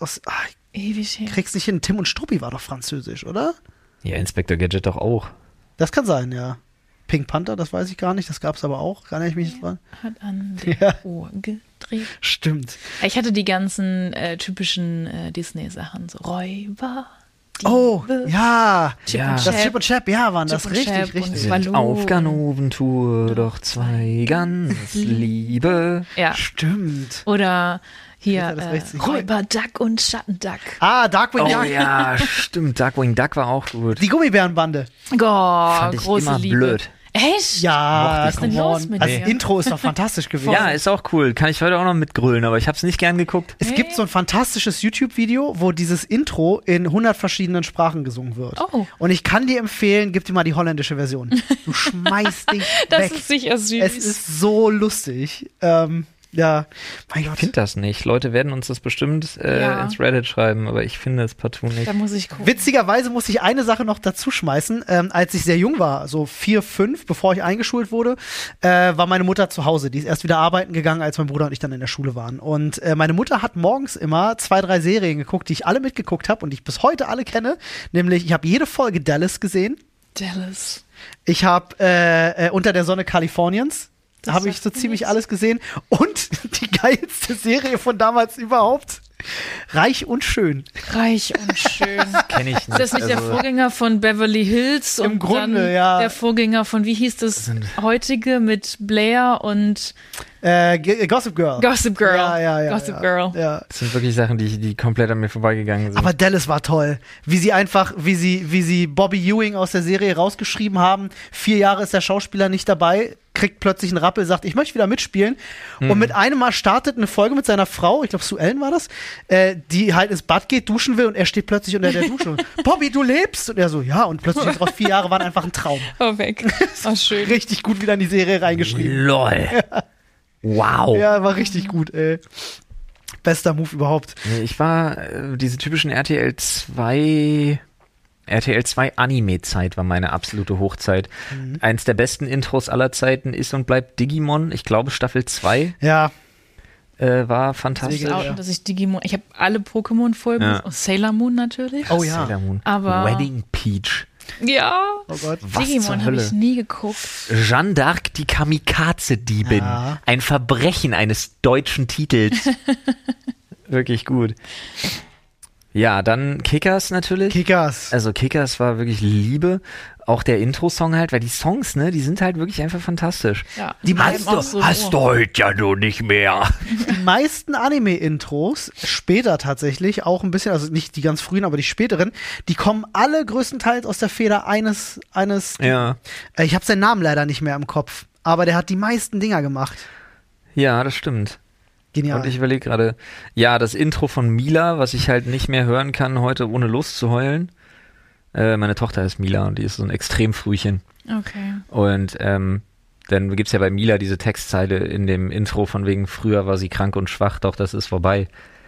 ewig her. krieg's nicht hin. Tim und Struppi war doch französisch, oder? Ja, Inspector Gadget doch auch. Das kann sein, ja. Pink Panther, das weiß ich gar nicht, das gab's aber auch, kann ich mich nicht dran. Hat an den Ja. Ohr gedreht. Stimmt. Ich hatte die ganzen typischen Disney-Sachen, so Räuber. Oh, Diebe, ja. Chip Ja. und Das Chap. Chip und Chap, ja, waren das Chip und richtig, Chap und richtig. Baloo. Auf Ganoventour, doch zwei ganz Liebe. Ja. Stimmt. Oder hier Das ist richtig. Räuber Duck und Schattenduck. Ah, Darkwing Oh Duck. ja, stimmt. Darkwing Duck war auch gut. Die Gummibärenbande. Fand ich große immer Liebe. blöd. Echt? Ja, Was ist denn come los on. mit Das dir? Intro ist doch fantastisch gewesen. Ja, ist auch cool. Kann ich heute auch noch mitgrölen, aber ich habe es nicht gern geguckt. Es gibt so ein fantastisches YouTube-Video, wo dieses Intro in 100 verschiedenen Sprachen gesungen wird. Oh. Und ich kann dir empfehlen, gib dir mal die holländische Version. Du schmeißt dich Das weg. ist sicher süß. Es ist so lustig. Ja, mein Ich Gott. finde das nicht. Leute werden uns das bestimmt Ja. ins Reddit schreiben, aber ich finde es partout nicht. Da muss ich gucken. Witzigerweise muss ich eine Sache noch dazu schmeißen. Als ich sehr jung war, so 4, 5, bevor ich eingeschult wurde, war meine Mutter zu Hause. Die ist erst wieder arbeiten gegangen, als mein Bruder und ich dann in der Schule waren. Und meine Mutter hat morgens immer 2, 3 Serien geguckt, die ich alle mitgeguckt habe und die ich bis heute alle kenne. Nämlich, ich habe jede Folge Dallas gesehen. Dallas. Ich habe Unter der Sonne Kaliforniens. Das Habe ich sagt so mir ziemlich nichts. alles gesehen. Und die geilste Serie von damals überhaupt. Reich und schön. Reich und schön. Kenne ich nicht. Ist das nicht der Vorgänger von Beverly Hills? Im Und Grunde, dann ja. der Vorgänger von, wie hieß das heutige mit Blair und Gossip Girl. Gossip Girl. Ja. Gossip Girl. Ja. Das sind wirklich Sachen, die komplett an mir vorbeigegangen sind. Aber Dallas war toll. Wie sie Bobby Ewing aus der Serie rausgeschrieben haben. 4 Jahre ist der Schauspieler nicht dabei, kriegt plötzlich einen Rappel, sagt, ich möchte wieder mitspielen. Und mit einem Mal startet eine Folge mit seiner Frau, ich glaube Sue Ellen war das, die halt ins Bad geht, duschen will und er steht plötzlich unter der Dusche. Und, Bobby, du lebst? Und er so, ja. Und plötzlich ist raus, 4 Jahre waren einfach ein Traum. Oh, weg. Oh, schön. Richtig gut wieder in die Serie reingeschrieben. LOL. Wow. Ja, war richtig gut, ey. Bester Move überhaupt. Nee, ich war diese typischen RTL 2 Anime-Zeit war meine absolute Hochzeit. Eins der besten Intros aller Zeiten ist und bleibt Digimon. Ich glaube Staffel 2 Ja. war fantastisch. Ich outen, dass ich Digimon, ich habe alle Pokémon-Folgen Ja. und Sailor Moon natürlich. Oh ja. Sailor Moon. Aber- Wedding Peach. Ja. Oh Gott. Was zur Digimon habe Hölle? ich nie geguckt. Jeanne d'Arc, die Kamikaze-Diebin. Ja. Ein Verbrechen eines deutschen Titels. Wirklich gut. Ja, dann Kickers natürlich. Kickers. Also Kickers war wirklich Liebe. Auch der Intro-Song halt, weil die Songs, ne, die sind halt wirklich einfach fantastisch. Ja. Die bleiben auch so im Ohr. du heute ja nur nicht mehr. Die meisten Anime-Intros, später tatsächlich, auch ein bisschen, also nicht die ganz frühen, aber die späteren, die kommen alle größtenteils aus der Feder eines Ja. ich habe seinen Namen leider nicht mehr im Kopf, aber der hat die meisten Dinger gemacht. Ja, das stimmt. Genial. Und ich überlege gerade, ja, das Intro von Mila, was ich halt nicht mehr hören kann heute, ohne Lust zu heulen. Meine Tochter heißt Mila und die ist so ein Extremfrühchen. Okay. Und dann gibt's ja bei Mila diese Textzeile in dem Intro von wegen, früher war sie krank und schwach, doch das ist vorbei.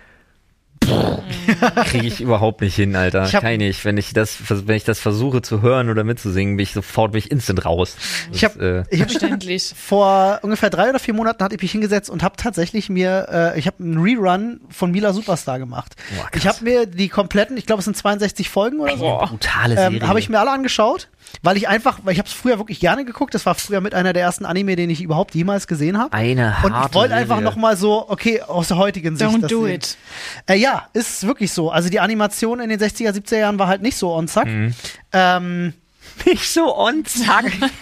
Kriege ich überhaupt nicht hin, Alter. Kann ich nicht. Wenn ich das versuche zu hören oder mitzusingen, bin ich instant raus. Ich habe vor ungefähr 3 oder 4 Monaten hatte ich mich hingesetzt und habe tatsächlich ich habe einen Rerun von Mila Superstar gemacht. Boah, ich habe mir die kompletten, ich glaube es sind 62 Folgen oder so. Brutale Serie. Habe ich mir alle angeschaut, weil ich habe es früher wirklich gerne geguckt. Das war früher mit einer der ersten Anime, den ich überhaupt jemals gesehen habe. Eine harte Und ich wollte einfach nochmal so, okay, aus der heutigen Sicht. Don't do it. Ja, ist wirklich so. Also die Animation in den 60er, 70er Jahren war halt nicht so on zack. Nicht so on zack.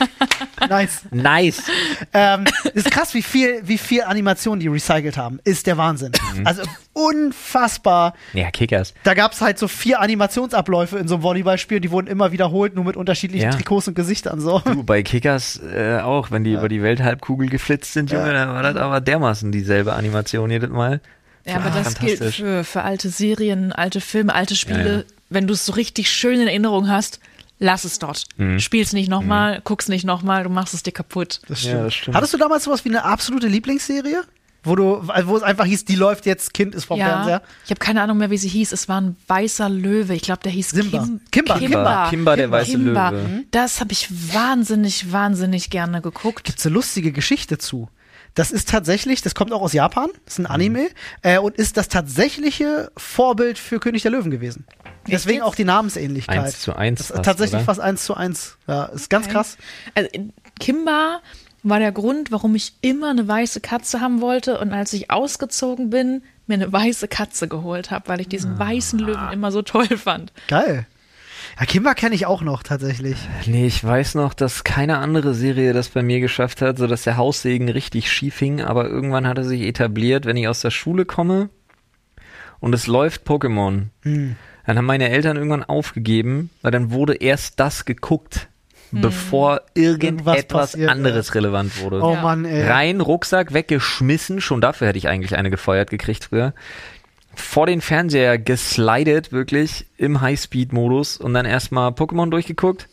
Nice. Ist krass, wie viel Animation die recycelt haben. Ist der Wahnsinn. Also unfassbar. Ja, Kickers. Da gab es halt so 4 Animationsabläufe in so einem Volleyballspiel, die wurden immer wiederholt, nur mit unterschiedlichen Trikots und Gesichtern. So. Du, bei Kickers auch, wenn die über die Welthalbkugel geflitzt sind, Junge, dann war das aber dermaßen dieselbe Animation jedes Mal. Ja, aber das gilt für alte Serien, alte Filme, alte Spiele. Ja. Wenn du es so richtig schön in Erinnerung hast, lass es dort. Spiel's nicht nochmal, guck's nicht nochmal, du machst es dir kaputt. Das stimmt. Hattest du damals sowas wie eine absolute Lieblingsserie? Wo es einfach hieß, die läuft jetzt, Kind ist vom Fernseher? Ich habe keine Ahnung mehr, wie sie hieß. Es war ein weißer Löwe. Ich glaube, der hieß Kimba, der weiße Löwe. Das habe ich wahnsinnig, wahnsinnig gerne geguckt. Gibt's eine lustige Geschichte zu. Das ist tatsächlich, das kommt auch aus Japan, das ist ein Anime und ist das tatsächliche Vorbild für König der Löwen gewesen. Deswegen auch die Namensähnlichkeit. 1:1. Das ist tatsächlich fast 1:1. Ja, ist ganz krass. Also, Kimba war der Grund, warum ich immer eine weiße Katze haben wollte und als ich ausgezogen bin, mir eine weiße Katze geholt habe, weil ich diesen weißen Löwen immer so toll fand. Geil. Ja, Kimba kenne ich auch noch tatsächlich. Nee, ich weiß noch, dass keine andere Serie das bei mir geschafft hat, sodass der Haussegen richtig schief hing, aber irgendwann hat er sich etabliert, wenn ich aus der Schule komme und es läuft Pokémon. Dann haben meine Eltern irgendwann aufgegeben, weil dann wurde erst das geguckt, bevor irgendetwas anderes relevant wurde. Oh Mann, ey. Rein, Rucksack, weggeschmissen, schon dafür hätte ich eigentlich eine gefeuert gekriegt früher. Vor den Fernseher geslidet, wirklich, im Highspeed-Modus und dann erstmal Pokémon durchgeguckt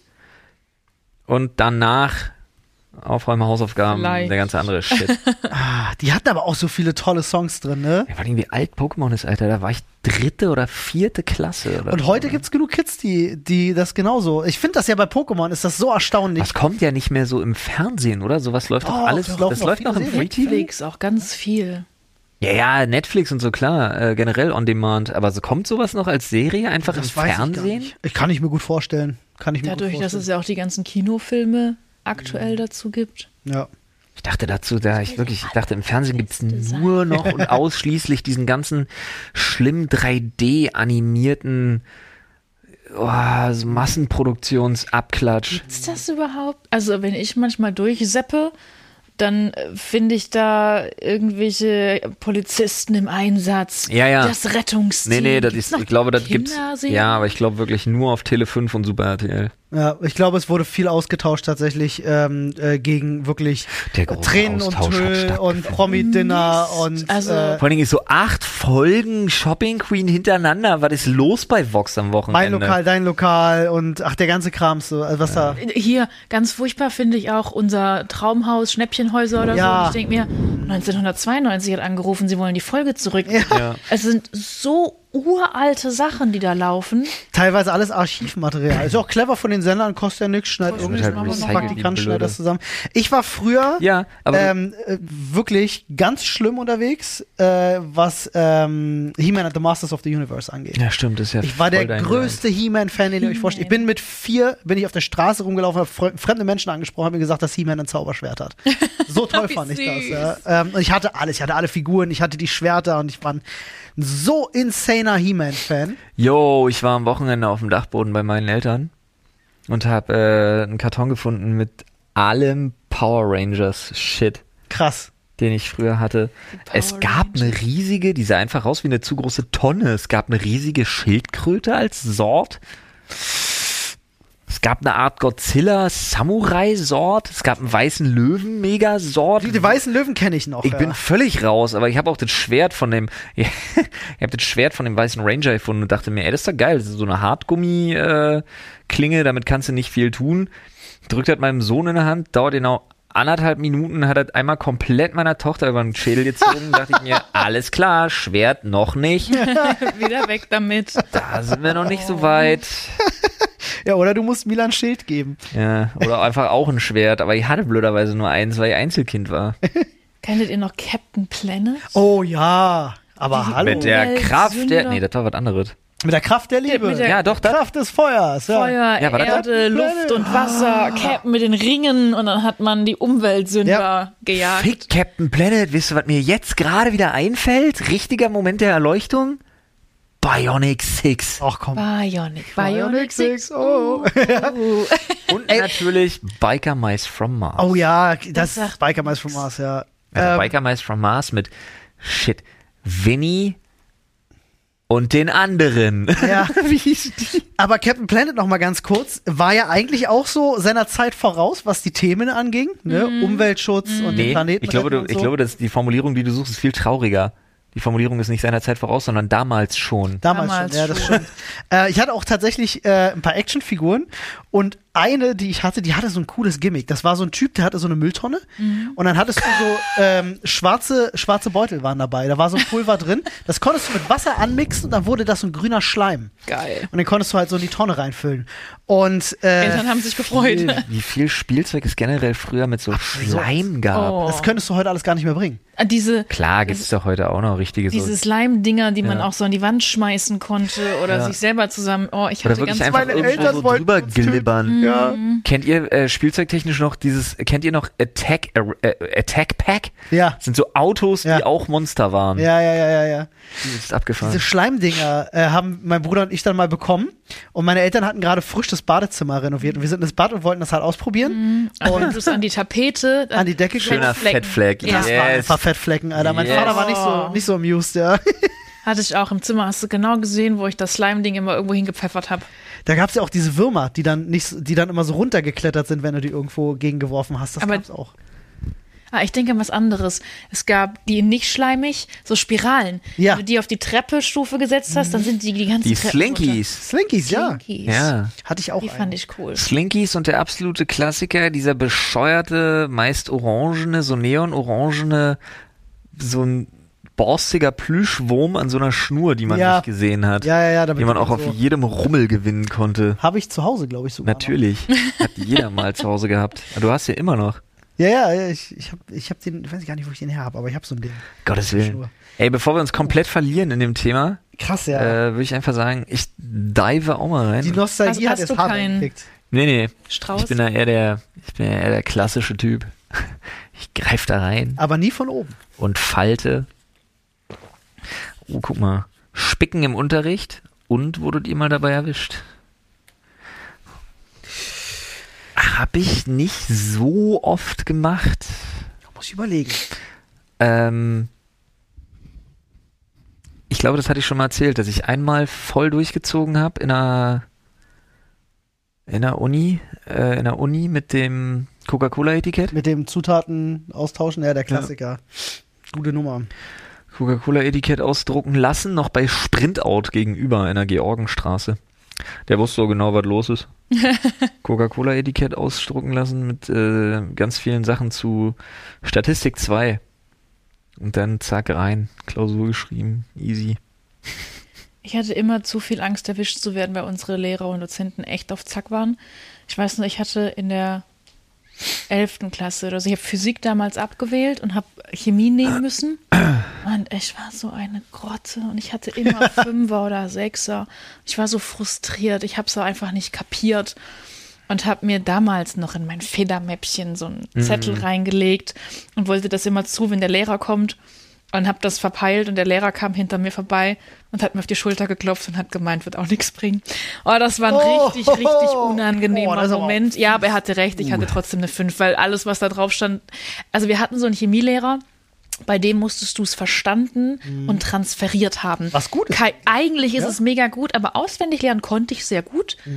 und danach Aufräumen, Hausaufgaben, der ganze andere Shit. Die hatten aber auch so viele tolle Songs drin, ne? Ja, vor allem wie alt Pokémon ist, Alter, da war ich 3. oder 4. Klasse. Oder und heute gibt's genug Kids, die das genauso. Ich finde das ja bei Pokémon, ist das so erstaunlich. Das kommt ja nicht mehr so im Fernsehen, oder? Sowas läuft doch alles, das läuft noch im Free-TV. Netflix, auch ganz viel. Ja, Netflix und so, klar, generell on demand. Aber so kommt sowas noch als Serie einfach im Fernsehen? Ich kann ich mir gut vorstellen. Dadurch, dass es ja auch die ganzen Kinofilme aktuell dazu gibt. Ja. Ich dachte im Fernsehen gibt's nur noch und ausschließlich diesen ganzen schlimm 3D-animierten so Massenproduktionsabklatsch. Gibt's das überhaupt? Also wenn ich manchmal durchseppe, dann finde ich da irgendwelche Polizisten im Einsatz. Ja. Das Rettungsteam. Nee, ich glaube, das gibt's. Ja, aber ich glaube wirklich nur auf Tele 5 und Super RTL. Ja, ich glaube, es wurde viel ausgetauscht tatsächlich gegen wirklich Tränen und Tüll und Promi-Dinner und vor allen Dingen so 8 Folgen Shopping Queen hintereinander. Was ist los bei Vox am Wochenende? Mein Lokal, dein Lokal und der ganze Kram so. Also was da. Hier, ganz furchtbar finde ich auch unser Traumhaus, Schnäppchenhäuser oder so. Und ich denke mir, 1992 hat angerufen, sie wollen die Folge zurück. Ja. Es sind so uralte Sachen, die da laufen. Teilweise alles Archivmaterial. Ist auch clever von den Sendern, kostet ja nichts, schneidet irgendwas, Praktikant schneidet das zusammen. Ich war früher wirklich ganz schlimm unterwegs, was He-Man and the Masters of the Universe angeht. Ja, stimmt. Das ist ja ich war der größte He-Man-Fan, den ihr euch vorstellt. Ich bin mit 4, auf der Straße rumgelaufen, habe fremde Menschen angesprochen, habe mir gesagt, dass He-Man ein Zauberschwert hat. So toll fand ich das. Ja. Und ich hatte alles. Ich hatte alle Figuren, ich hatte die Schwerter und ich war ein so insaner He-Man-Fan. Yo, ich war am Wochenende auf dem Dachboden bei meinen Eltern und habe einen Karton gefunden mit allem Power Rangers Shit. Krass. Den ich früher hatte. Es gab eine riesige, die sah einfach aus wie eine zu große Tonne. Es gab eine riesige Schildkröte als Sort. Es gab eine Art Godzilla-Samurai-Sort. Es gab einen weißen Löwen-Megasort. Die weißen Löwen kenne ich noch. Ich bin völlig raus, aber ich habe auch das Schwert von dem weißen Ranger gefunden und dachte mir, ey, das ist doch geil. Das ist so eine Hartgummi-Klinge, damit kannst du nicht viel tun. Drückt halt meinem Sohn in der Hand, dauert genau 1,5 Minuten, hat er einmal komplett meiner Tochter über den Schädel gezogen. Dachte ich mir, alles klar, Schwert noch nicht. Wieder weg damit. Da sind wir noch nicht so weit. Ja, oder du musst Milan Schild geben. Ja, oder einfach auch ein Schwert, aber ich hatte blöderweise nur eins, weil ich Einzelkind war. Kenntet ihr noch Captain Planet? Oh ja, aber hallo. Mit der Kraft der... Nee, das war was anderes. Mit der Kraft der Liebe. Mit der Ja, doch, das... Kraft des Feuers. Ja. Feuer, Ja, war das Erde, Luft und Wasser, Captain mit den Ringen und dann hat man die Umweltsünder gejagt. Fick Captain Planet, wisst ihr, was mir jetzt gerade wieder einfällt? Richtiger Moment der Erleuchtung? Bionic 6. Ach komm. Bionic 6. Oh. Und natürlich Biker Mice from Mars. Oh ja, das ist Biker Mice from Mars, ja. Also Biker Mice from Mars mit Winnie und den anderen. Ja. Wie hieß die? Aber Captain Planet noch mal ganz kurz, war ja eigentlich auch so seiner Zeit voraus, was die Themen anging, ne? Umweltschutz und den Planeten. Ich glaube, dass die Formulierung, die du suchst, ist viel trauriger. Die Formulierung ist nicht seiner Zeit voraus, sondern damals schon. Damals schon, ja, das stimmt. Ich hatte auch tatsächlich ein paar Actionfiguren und eine, die ich hatte, die hatte so ein cooles Gimmick. Das war so ein Typ, der hatte so eine Mülltonne und dann hattest du so schwarze Beutel waren dabei. Da war so ein Pulver drin. Das konntest du mit Wasser anmixen und dann wurde das so ein grüner Schleim. Geil. Und den konntest du halt so in die Tonne reinfüllen. Und Eltern haben sich gefreut. Wie viel Spielzeug es generell früher mit so Schleim gab. Oh. das könntest du heute alles gar nicht mehr bringen. Klar, gibt es doch heute auch noch richtige Diese Slime-Dinger, die man auch so an die Wand schmeißen konnte oder sich selber zusammen. Oh, ich hatte wirklich ganz einfach meine irgendwo Eltern so wollten drüber uns töten. glibbern. Ja. Kennt ihr spielzeugtechnisch noch kennt ihr noch Attack Pack? Ja. Das sind so Autos, die auch Monster waren. Ja. Das ist abgefahren. Diese Schleimdinger haben mein Bruder und ich dann mal bekommen. Und meine Eltern hatten gerade frisch das Badezimmer renoviert. Und wir sind ins Bad und wollten das halt ausprobieren. Und du es an die Tapete, an die Decke Schöner Fettfleck. Ja. Das waren einfach Fettflecken, Alter. Mein Vater war nicht so amused, ja. Hatte ich auch im Zimmer. Hast du genau gesehen, wo ich das Slime-Ding immer irgendwo hingepfeffert habe. Da gab es ja auch diese Würmer, die dann immer so runtergeklettert sind, wenn du die irgendwo gegengeworfen hast. Das gab's auch. Ich denke an was anderes. Es gab die nicht schleimig, so Spiralen. Ja. Wenn du die auf die Treppestufe gesetzt hast, dann sind die ganzen Die Treppen Slinkies. Slinkies, ja. Ja. Hatte ich auch Die fand ich cool. Slinkies und der absolute Klassiker, dieser bescheuerte, meist orangene, so neon-orangene, so ein borstiger Plüschwurm an so einer Schnur, die man nicht gesehen hat. Ja, die man auch auf jedem Rummel gewinnen konnte. Habe ich zu Hause, glaube ich, sogar. Natürlich. Hat jeder mal zu Hause gehabt. Du hast ja immer noch. Ja, ich hab den, ich weiß gar nicht, wo ich den her habe, aber ich habe so ein Ding. Gottes Willen. Ey, bevor wir uns komplett verlieren in dem Thema, krass, ja. Würde ich einfach sagen, ich dive auch mal rein. Die Nostalgie hat hast jetzt du hart keinen gekriegt. Nee. Strauß? Ich bin ja eher der klassische Typ. Ich greife da rein. Aber nie von oben. Und falte. Oh, guck mal. Spicken im Unterricht und wurdet ihr mal dabei erwischt? Hab ich nicht so oft gemacht. Da muss ich überlegen. Ich glaube, das hatte ich schon mal erzählt, dass ich einmal voll durchgezogen habe in der Uni mit dem Coca-Cola-Etikett. Mit dem Zutaten austauschen, ja, der Klassiker. Ja. Gute Nummer. Coca-Cola-Etikett ausdrucken lassen, noch bei Sprintout gegenüber in der Georgenstraße. Der wusste so genau, was los ist. Coca-Cola-Etikett ausdrucken lassen mit ganz vielen Sachen zu Statistik 2. Und dann zack rein, Klausur geschrieben, easy. Ich hatte immer zu viel Angst, erwischt zu werden, weil unsere Lehrer und Dozenten echt auf Zack waren. Ich weiß noch, ich hatte in der 11. Klasse oder so, ich habe Physik damals abgewählt und habe Chemie nehmen müssen. Und ich war so eine Grotte und ich hatte immer 5er oder 6er. Ich war so frustriert, ich habe es einfach nicht kapiert und habe mir damals noch in mein Federmäppchen so einen Zettel reingelegt und wollte das immer zu, wenn der Lehrer kommt, und habe das verpeilt und der Lehrer kam hinter mir vorbei und hat mir auf die Schulter geklopft und hat gemeint, wird auch nichts bringen. Oh, das war ein richtig unangenehmer Moment. Ja, aber er hatte recht, ich hatte trotzdem eine 5, weil alles, was da drauf stand, also wir hatten so einen Chemielehrer, bei dem musstest du es verstanden und transferiert haben. Was gut ist. Eigentlich ist es mega gut, aber auswendig lernen konnte ich sehr gut.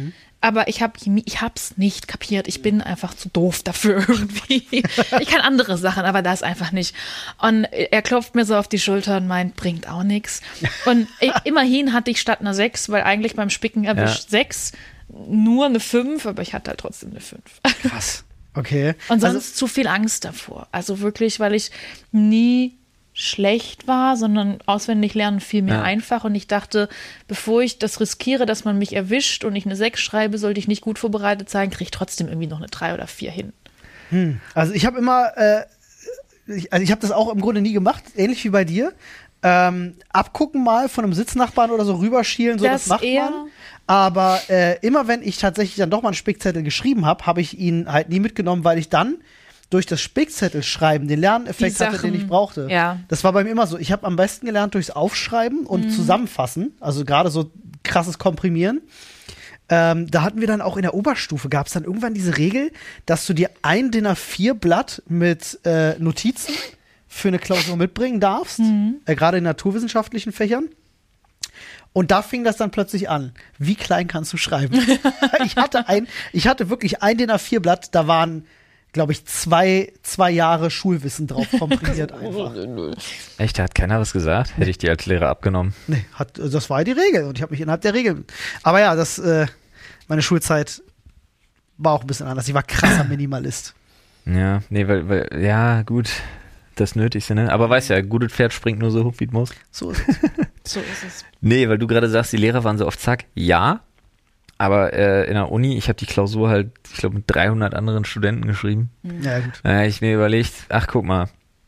aber ich hab's nicht kapiert. Ich bin einfach zu doof dafür irgendwie. Ich kann andere Sachen, aber das einfach nicht. Und er klopft mir so auf die Schulter und meint, bringt auch nichts. Und immerhin hatte ich statt einer 6, weil eigentlich beim Spicken erwischt 6, nur eine 5, aber ich hatte halt trotzdem eine 5. Krass. Okay. Und sonst zu viel Angst davor. Also wirklich, weil ich nie schlecht war, sondern auswendig lernen fiel mir einfach. Und ich dachte, bevor ich das riskiere, dass man mich erwischt und ich eine 6 schreibe, sollte ich nicht gut vorbereitet sein, kriege ich trotzdem irgendwie noch eine 3 oder 4 hin. Also ich habe immer, ich habe das auch im Grunde nie gemacht, ähnlich wie bei dir. Abgucken mal von einem Sitznachbarn oder so rüberschielen, so das macht man. Aber immer wenn ich tatsächlich dann doch mal einen Spickzettel geschrieben habe ich ihn halt nie mitgenommen, weil ich dann durch das Spickzettelschreiben den Lerneffekt hatte, den ich brauchte. Ja. Das war bei mir immer so. Ich habe am besten gelernt durchs Aufschreiben und Zusammenfassen, also gerade so krasses Komprimieren. Da hatten wir dann auch in der Oberstufe, gab es dann irgendwann diese Regel, dass du dir ein DIN A4-Blatt mit Notizen für eine Klausur mitbringen darfst, gerade in naturwissenschaftlichen Fächern. Und da fing das dann plötzlich an. Wie klein kannst du schreiben? Ich hatte wirklich ein DIN A4-Blatt, da waren, glaube ich, zwei Jahre Schulwissen drauf komprimiert einfach. Echt, da hat keiner was gesagt? Hätte ich die als Lehrer abgenommen. Nee, das war ja die Regel und ich habe mich innerhalb der Regel. Aber ja, meine Schulzeit war auch ein bisschen anders. Ich war krasser Minimalist. Ja, nee, weil ja, gut, das Nötigste, ne? Aber weißt ja, gutes Pferd springt nur so hoch, wie es muss. So ist es. So ist es. Nee, weil du gerade sagst, die Lehrer waren so auf Zack. Ja, aber in der Uni, ich habe die Klausur halt, ich glaube, mit 300 anderen Studenten geschrieben. Ja, gut. Ich mir überlegt, ach, guck mal,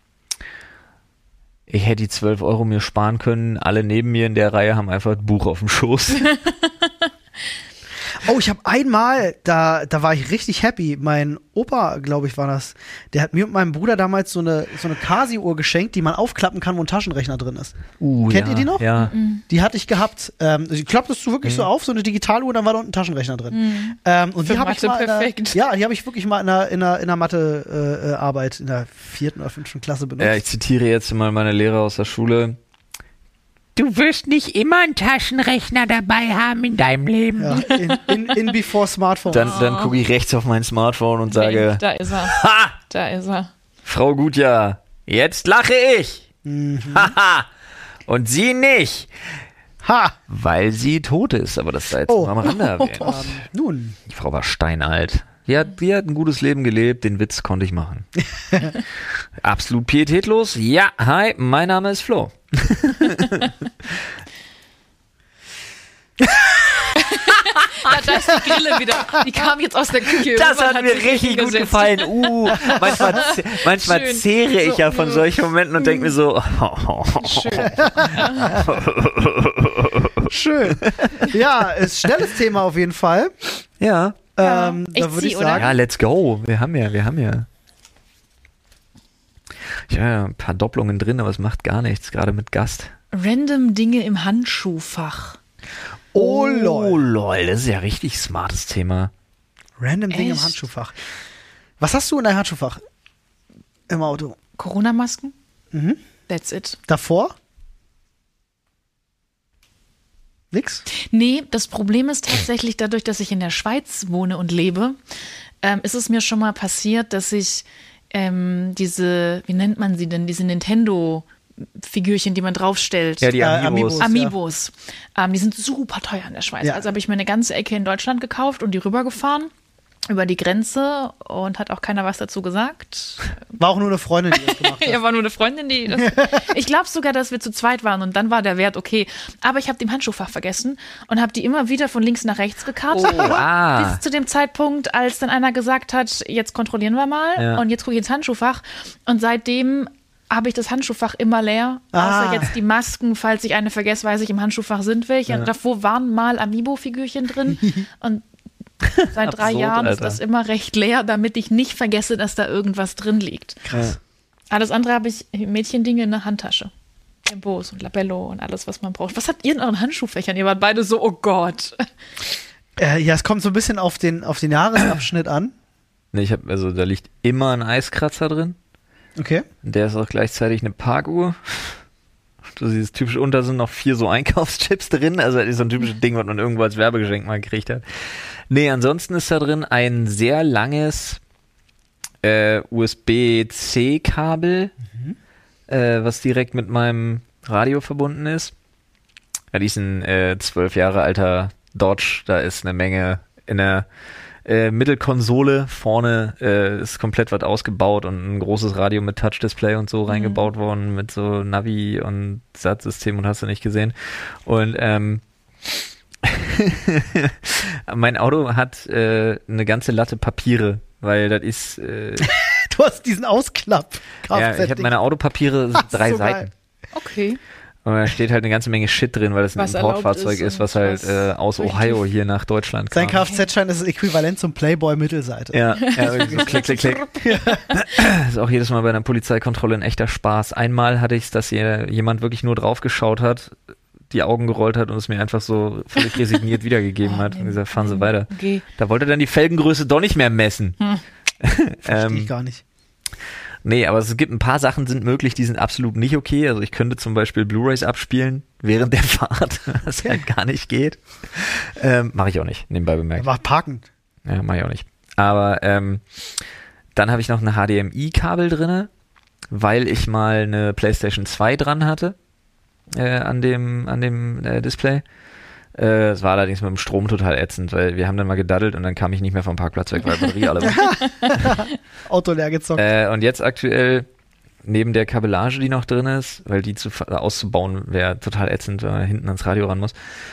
ich hätte die 12 € mir sparen können. Alle neben mir in der Reihe haben einfach ein Buch auf dem Schoß. Oh, ich habe einmal, da war ich richtig happy. Mein Opa, glaube ich, war das. Der hat mir und meinem Bruder damals so eine Casio-Uhr geschenkt, die man aufklappen kann, wo ein Taschenrechner drin ist. Kennt ihr die noch? Ja. Die hatte ich gehabt. Die klapptest du wirklich so auf, so eine Digitaluhr, dann war da unten ein Taschenrechner drin. Und die habe ich mal die habe ich wirklich mal in der Mathe-Arbeit in der 4. oder 5. Klasse benutzt. Ja, ich zitiere jetzt mal meine Lehrer aus der Schule. Du wirst nicht immer einen Taschenrechner dabei haben in deinem Leben. Ja, in before Smartphone. Dann gucke ich rechts auf mein Smartphone und sage, da ist er. Ha! Da ist er. Frau Gutjahr, jetzt lache ich. Haha. Und sie nicht. Ha! Weil sie tot ist, aber das sei jetzt nur am Rande erwähnt. Nun. Die Frau war steinalt. Die hat ein gutes Leben gelebt, den Witz konnte ich machen. Absolut pietätlos. Ja, hi, mein Name ist Flo. Da ist die Grille wieder. Die kam jetzt aus der Küche. Das hat mir richtig gut gefallen. Manchmal zehre ich ja von solchen Momenten und denke mir so. Schön. Ja, ist schnelles Thema auf jeden Fall. Ja. Da würde ich sagen. Ja, let's go. Wir haben ja. Ich habe ja ein paar Doppelungen drin, aber es macht gar nichts, gerade mit Gast. Random Dinge im Handschuhfach. Oh lol, das ist ja richtig smartes Thema. Random Dinge im Handschuhfach. Was hast du in deinem Handschuhfach im Auto? Corona-Masken? That's it. Davor? Nix? Nee, das Problem ist tatsächlich dadurch, dass ich in der Schweiz wohne und lebe, ist es mir schon mal passiert, dass ich diese, wie nennt man sie denn, diese Nintendo-Figürchen, die man draufstellt. Ja, die Amiibos. Amiibos. Die sind super teuer in der Schweiz. Ja. Also habe ich mir eine ganze Ecke in Deutschland gekauft und die rübergefahren über die Grenze und hat auch keiner was dazu gesagt. War auch nur eine Freundin, die das gemacht hat. Ja, war nur eine Freundin, die das. Ich glaube sogar, dass wir zu zweit waren und dann war der Wert okay. Aber ich habe die im Handschuhfach vergessen und habe die immer wieder von links nach rechts gekartet. Bis zu dem Zeitpunkt, als dann einer gesagt hat, jetzt kontrollieren wir mal und jetzt gucke ich ins Handschuhfach. Und seitdem habe ich das Handschuhfach immer leer. Außer jetzt die Masken, falls ich eine vergesse, weiß ich, im Handschuhfach sind welche. Ja. Davor waren mal Amiibo-Figürchen drin und seit 3 Jahren ist das immer recht leer, damit ich nicht vergesse, dass da irgendwas drin liegt. Krass. Alles andere habe ich Mädchendinge in der Handtasche. Tempos und Labello und alles, was man braucht. Was habt ihr in euren Handschuhfächern? Ihr wart beide so, oh Gott. Ja, es kommt so ein bisschen auf den Jahresabschnitt an. Nee, da liegt immer ein Eiskratzer drin. Okay. Der ist auch gleichzeitig eine Parkuhr. so dieses typische, und da sind noch 4 so Einkaufschips drin, also das ist so ein typisches Ding, was man irgendwo als Werbegeschenk mal gekriegt hat. Nee, ansonsten ist da drin ein sehr langes USB-C-Kabel, was direkt mit meinem Radio verbunden ist. Ja, die ist ein 12 Jahre alter Dodge, da ist eine Menge in der Mittelkonsole, vorne ist komplett was ausgebaut und ein großes Radio mit Touch-Display und so reingebaut worden, mit so Navi und Satzsystem und hast du nicht gesehen. Und mein Auto hat eine ganze Latte Papiere, weil das ist Du hast diesen Ausklapp. ja, ich habe meine Autopapiere, 3 so Seiten. geil. Okay. Und da steht halt eine ganze Menge Shit drin, weil es ein Was Importfahrzeug erlaubt ist, was halt aus Ohio hier nach Deutschland kam. Sein Kfz-Schein ist das Äquivalent zum Playboy-Mittelseite. Ja, irgendwie so klick, klick, klick. Ist auch jedes Mal bei einer Polizeikontrolle ein echter Spaß. Einmal hatte ich es, dass hier jemand wirklich nur drauf geschaut hat, die Augen gerollt hat und es mir einfach so völlig resigniert wiedergegeben hat. Und gesagt, fahren Sie weiter. Okay. Da wollte er dann die Felgengröße doch nicht mehr messen. Verstehe ich gar nicht. Nee, aber es gibt ein paar Sachen sind möglich, die sind absolut nicht okay. Also ich könnte zum Beispiel Blu-rays abspielen während der Fahrt, was halt gar nicht geht. Mache ich auch nicht, nebenbei bemerkt. Aber parkend. Ja, mache ich auch nicht. Aber dann habe ich noch ein HDMI-Kabel drinne, weil ich mal eine PlayStation 2 dran hatte an dem Display. Es war allerdings mit dem Strom total ätzend, weil wir haben dann mal gedaddelt und dann kam ich nicht mehr vom Parkplatz weg, weil die Batterie alle war. Auto leer gezockt. Und jetzt aktuell, neben der Kabellage, die noch drin ist, weil die auszubauen wäre total ätzend, weil man hinten ans Radio ran muss.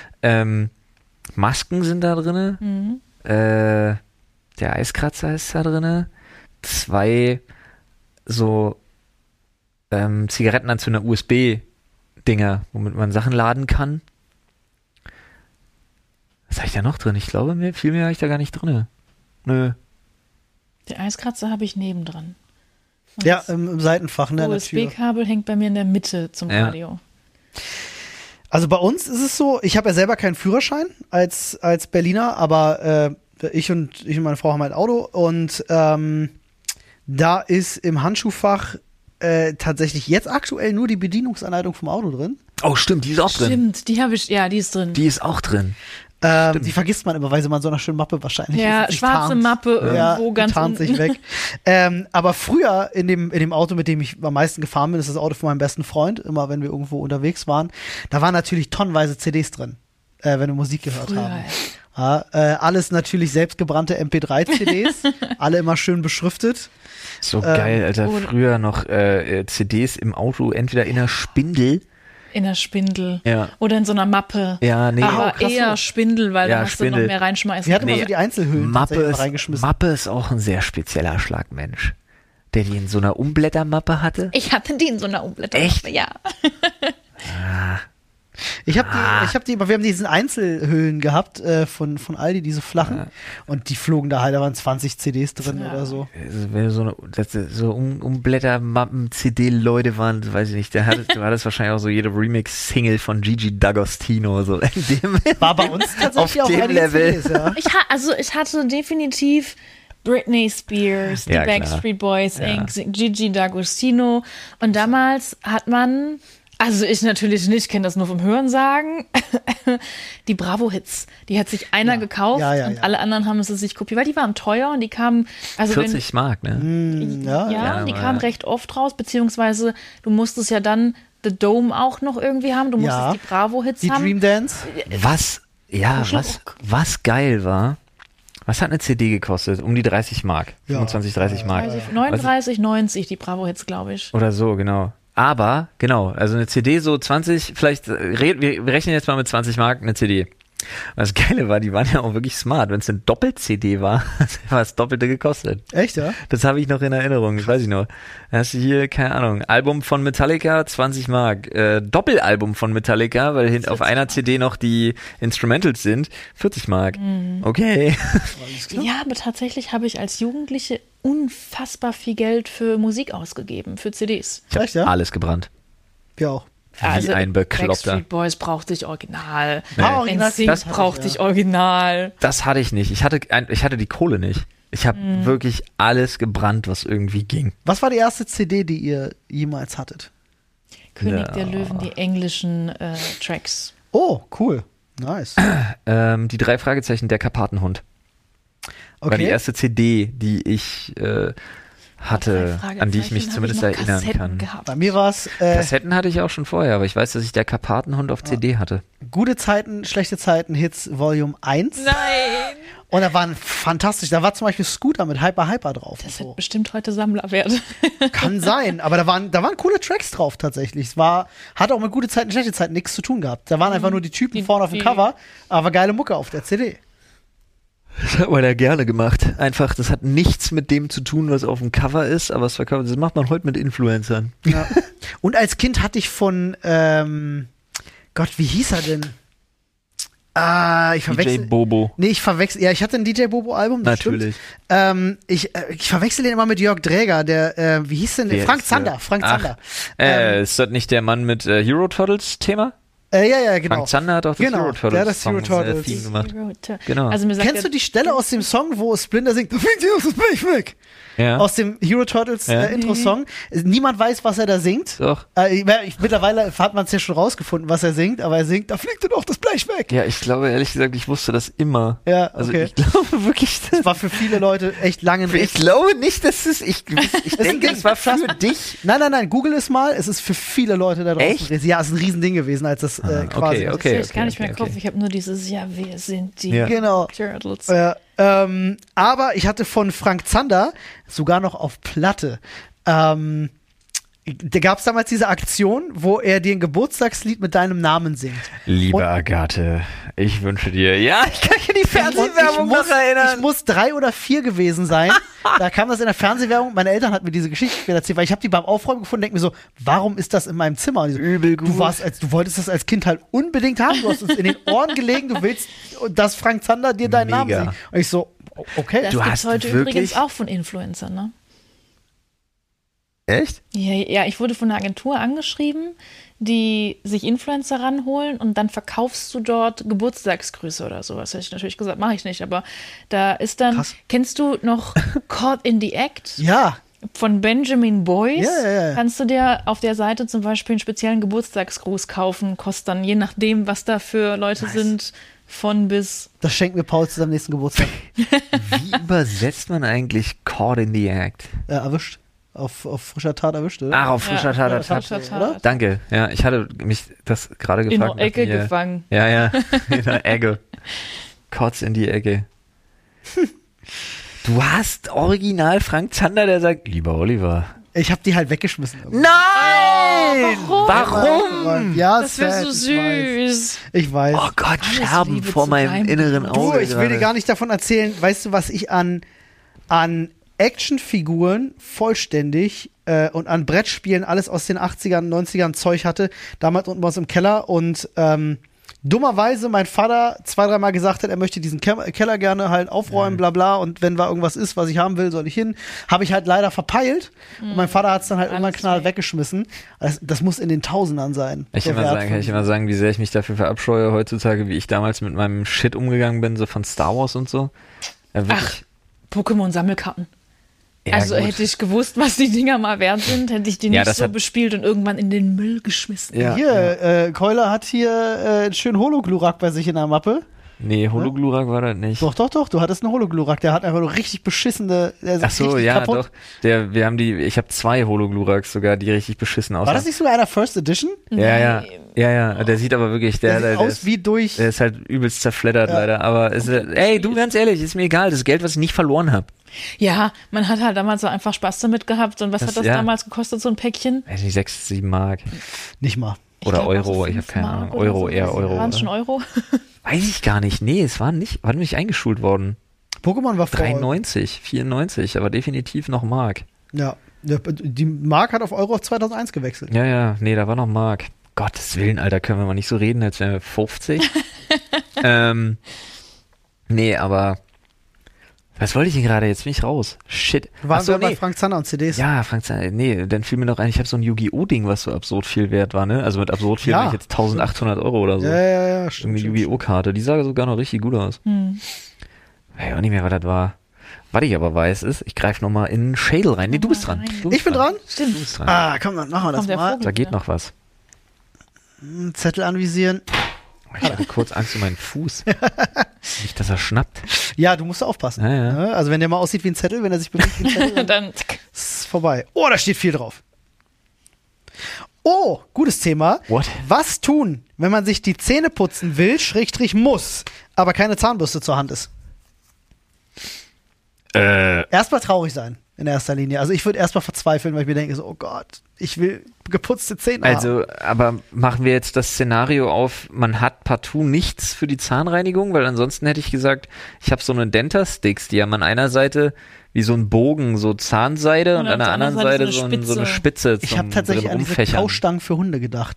Masken sind da drin. Der Eiskratzer ist da drin. 2 so Zigarettenanzünder USB-Dinger, womit man Sachen laden kann. Was habe ich da noch drin? Ich glaube, viel mehr habe ich da gar nicht drin. Nö. Der Eiskratzer habe ich nebendran. Und Ja, das im Seitenfach, ne? an der Tür. USB-Kabel hängt bei mir in der Mitte zum Radio. Also bei uns ist es so, ich habe ja selber keinen Führerschein als Berliner, aber ich und meine Frau haben halt Auto und da ist im Handschuhfach tatsächlich jetzt aktuell nur die Bedienungsanleitung vom Auto drin. Oh, stimmt, die ist auch drin. Stimmt, die habe ich, ja, die ist drin. Die ist auch drin. Die vergisst man immer, weil sie mal in so einer schönen Mappe wahrscheinlich Ja, ist. Sich schwarze tarnt. Mappe irgendwo Die ganz tarnt unten. sich weg. Aber früher in dem Auto, mit dem ich am meisten gefahren bin, ist das Auto von meinem besten Freund, immer wenn wir irgendwo unterwegs waren, da waren natürlich tonnenweise CDs drin, wenn wir Musik gehört Früher, haben. Ja, alles natürlich selbstgebrannte MP3-CDs, alle immer schön beschriftet. So geil, Alter. oder- Früher noch CDs im Auto, entweder in einer Spindel. In der Spindel. Ja. Oder in so einer Mappe. Ja, nee. Aber krass, eher so. Spindel, weil Ja, da hast du Spindel. noch mehr reinschmeißen. Wir hatten immer Nee, so die Einzelhüllen Mappe tatsächlich ist, reingeschmissen. Mappe ist auch ein sehr spezieller Schlagmensch. Der die in so einer Umblättermappe hatte. Ich hatte die in so einer Umblätterung. Echt? Ja. Ich habe die, wir haben diesen Einzelhüllen gehabt von Aldi, diese flachen, und die flogen da halt, da waren 20 CDs drin Ja. oder so. Wenn so Umblättermappen-CD-Leute waren, weiß ich nicht, war das wahrscheinlich auch so jede Remix-Single von Gigi D'Agostino. So in dem, War bei uns tatsächlich auf auch dem einige Level. CDs, ja. Ich hatte definitiv Britney Spears, die Ja, klar. Backstreet Boys, Gigi D'Agostino. Und damals hat man, also ich natürlich nicht, kenne das nur vom Hörensagen, die Bravo-Hits. Die hat sich einer gekauft Ja, und ja. alle anderen haben es sich kopiert, weil die waren teuer und die kamen, also 40 Mark, ne? Ja, ja, die aber kamen ja. recht oft raus, beziehungsweise du musstest ja dann The Dome auch noch irgendwie haben, du musstest Ja. die Bravo-Hits Die haben. Dream Dance. Was geil war, was hat eine CD gekostet? Um die 30 Mark. Ja. 25, 30 Mark. 39,90 die Bravo-Hits, glaube ich. Oder so, genau. Aber, genau, also eine CD so 20, vielleicht, wir rechnen jetzt mal mit 20 Mark eine CD. Das Geile war, die waren ja auch wirklich smart. Wenn es eine Doppel-CD war, war es Doppelte gekostet. Echt, ja? Das habe ich noch in Erinnerung, das weiß ich noch. Da hast du hier, keine Ahnung, Album von Metallica, 20 Mark. Doppelalbum von Metallica, weil auf einer CD noch die Instrumentals sind, 40 Mark. Okay. Ja, aber tatsächlich habe ich als Jugendliche unfassbar viel Geld für Musik ausgegeben, für CDs. Ich habe Echt, ja? alles gebrannt. Wir auch. Wie ein Bekloppter. Backstreet Boys brauchte ich original. Original, NSYNC das hatte brauchte ich, ich original. Das hatte ich nicht. Ich hatte die Kohle nicht. Ich habe wirklich alles gebrannt, was irgendwie ging. Was war die erste CD, die ihr jemals hattet? König der Löwen, die englischen Tracks. Oh, cool. Nice. Die 3 Fragezeichen, der Karpatenhund. Okay. War die erste CD, die ich hatte, an die ich mich zumindest erinnern kann. Bei mir war es Kassetten hatte ich auch schon vorher, aber ich weiß, dass ich der Karpatenhund auf CD hatte. Gute Zeiten, schlechte Zeiten, Hits Volume 1. Nein! Und da waren fantastisch. Da war zum Beispiel Scooter mit Hyper drauf. Das und hat bestimmt heute Sammlerwert. Kann sein, aber da waren coole Tracks drauf tatsächlich. Hat auch mit gute Zeiten, schlechte Zeiten nichts zu tun gehabt. Da waren einfach nur die Typen vorne auf dem Cover, aber geile Mucke auf der CD. Das hat man ja gerne gemacht. Einfach, das hat nichts mit dem zu tun, was auf dem Cover ist, aber das macht man heute mit Influencern. Ja. Und als Kind hatte ich von, Gott, wie hieß er denn? Ich verwechsel. DJ Bobo. Nee, ich verwechsel. Ja, ich hatte ein DJ Bobo-Album. Natürlich. Ich verwechsel den immer mit Jörg Dräger, der, wie hieß denn der? Frank Zander. Ist das nicht der Mann mit Hero Turtles Thema? Ja, genau. Frank Zander hat auch das Hero Turtles der hat das Hero Turtles Theme gemacht. Genau. Also mir sagt Kennst du die Stelle aus dem Song, wo Splinter singt, da fliegt dir aus dem Blech weg? Ja. Aus dem Hero Turtles Intro-Song. Niemand weiß, was er da singt. Doch. Mittlerweile hat man es ja schon rausgefunden, was er singt, aber er singt, da fliegt dir doch das Blech weg. Ja, ich glaube, ehrlich gesagt, ich wusste das immer. Ja, okay. Also ich glaube wirklich, das war für viele Leute echt lange ein Ich glaube nicht, dass es, ich denke, es war für dich. Nein, google es mal. Es ist für viele Leute da draußen. Echt? Ja, es ist ein Riesending gewesen, als das quasi. Okay. Ich gar nicht mehr im Kopf. Ich habe nur dieses, wer sind die Genau. Turtles? Aber ich hatte von Frank Zander sogar noch auf Platte. Da gab es damals diese Aktion, wo er dir ein Geburtstagslied mit deinem Namen singt. Liebe Agathe, ich wünsche dir. Ja, ich kann mich an die Fernsehwerbung noch erinnern. Ich muss 3 oder 4 gewesen sein. Da kam das in der Fernsehwerbung. Meine Eltern hatten mir diese Geschichte später erzählt, weil ich habe die beim Aufräumen gefunden und denke mir so, warum ist das in meinem Zimmer? Und so, übel gut. Du wolltest das als Kind halt unbedingt haben. Du hast es in den Ohren gelegen. Du willst, dass Frank Zander dir deinen Namen singt. Und ich so, okay. Das gibt's heute übrigens auch von Influencern, ne? Echt? Ja, ich wurde von einer Agentur angeschrieben, die sich Influencer ranholen und dann verkaufst du dort Geburtstagsgrüße oder sowas. Hätte ich natürlich gesagt, mache ich nicht, aber da ist dann, Krass. Kennst du noch Caught in the Act? Ja. Von Benjamin Boyce. Ja. Kannst du dir auf der Seite zum Beispiel einen speziellen Geburtstagsgruß kaufen, kostet dann je nachdem, was da für Leute sind, von bis. Das schenkt mir Paul zu seinem nächsten Geburtstag. Wie übersetzt man eigentlich Caught in the Act? Erwischt. Auf frischer Tat erwischt, oder? Ach, auf frischer Tat. Oder? Danke. Ja, ich hatte mich das gerade gefragt. In der Ecke gefangen. Ja, in der Ecke. Kotz in die Ecke. Du hast original Frank Zander, der sagt, lieber Oliver. Ich habe die halt weggeschmissen. Nein! Warum? Ja, das wäre so süß. Ich weiß. Oh Gott, Scherben vor meinem inneren Auge. Ich will dir gar nicht davon erzählen. Weißt du, was ich an Actionfiguren vollständig und an Brettspielen alles aus den 80ern, 90ern Zeug hatte, damals unten bei uns im Keller und dummerweise mein Vater 2-3 Mal gesagt hat, er möchte diesen Keller gerne halt aufräumen, bla bla, und wenn da irgendwas ist, was ich haben will, soll ich hin. Habe ich halt leider verpeilt und mein Vater hat es dann halt irgendwann knall weggeschmissen. Das muss in den Tausendern sein. Kann ich immer sagen, wie sehr ich mich dafür verabscheue heutzutage, wie ich damals mit meinem Shit umgegangen bin, so von Star Wars und so. Ach, Pokémon-Sammelkarten. Ja, also gut. hätte ich gewusst, was die Dinger mal wert sind, hätte ich die nicht so bespielt und irgendwann in den Müll geschmissen. Ja. Hier, Keule hat hier einen schönen Hologlurak bei sich in der Mappe. Nee, Hologlurak war das nicht. Doch, du hattest einen Hologlurak, der hat einfach nur richtig beschissene. Ach so, ja, kaputt. Doch. Ich habe 2 Hologlurak sogar, die richtig beschissen aussehen. War das nicht sogar einer First Edition? Ja. Der sieht aber wirklich, der sieht aus wie durch. Der ist halt übelst zerfleddert leider, aber ey, du, ganz ehrlich, ist mir egal, das Geld, was ich nicht verloren habe. Ja, man hat halt damals so einfach Spaß damit gehabt. Und was hat das damals gekostet, so ein Päckchen? Weiß nicht, 6, 7 Mark. Nicht mal. Oder Euro, ich habe keine Ahnung. Euro, eher Euro. Waren es schon Euro? Weiß ich gar nicht. Nee, es war nicht eingeschult worden. Pokémon war vor 93, 94, aber definitiv noch Mark. Ja, die Mark hat auf Euro auf 2001 gewechselt. Ja, nee, da war noch Mark. Gottes Willen, Alter, können wir mal nicht so reden, als wären wir 50. Nee, aber was wollte ich denn gerade? Jetzt bin ich raus. Shit. Waren wir bei Frank Zander und CDs? Ja, Frank Zander. Nee, dann fiel mir noch ein, ich habe so ein Yu-Gi-Oh! Ding, was so absurd viel wert war, ne? Also mit absurd viel meine ich jetzt 1800 Euro oder so. Ja, stimmt. Eine Yu-Gi-Oh! Karte, die sah sogar noch richtig gut aus. Weiß auch nicht mehr, was das war. Was ich aber weiß ist, ich greife nochmal in Shadel rein. Nee, du bist dran. Ich bin dran? Stimmt. Du bist dran. Komm, dann machen wir das mal. Da geht noch was. Zettel anvisieren. Ich hatte kurz Angst um meinen Fuß. Nicht, dass er schnappt. Ja, du musst aufpassen. Ja. Also wenn der mal aussieht wie ein Zettel, wenn er sich bewegt wie ein Zettel, dann ist es vorbei. Oh, da steht viel drauf. Oh, gutes Thema. What? Was tun, wenn man sich die Zähne putzen will, / muss, aber keine Zahnbürste zur Hand ist? Erstmal traurig sein, in erster Linie. Also ich würde erstmal verzweifeln, weil ich mir denke, so, oh Gott, ich will geputzte Zähne haben. Also, aber machen wir jetzt das Szenario auf, man hat partout nichts für die Zahnreinigung, weil ansonsten hätte ich gesagt, ich habe so eine Denta-Sticks, die haben an einer Seite wie so ein Bogen, so Zahnseide und an der anderen Seite so eine Spitze zum Ich habe tatsächlich an diese Kaustangen für Hunde gedacht.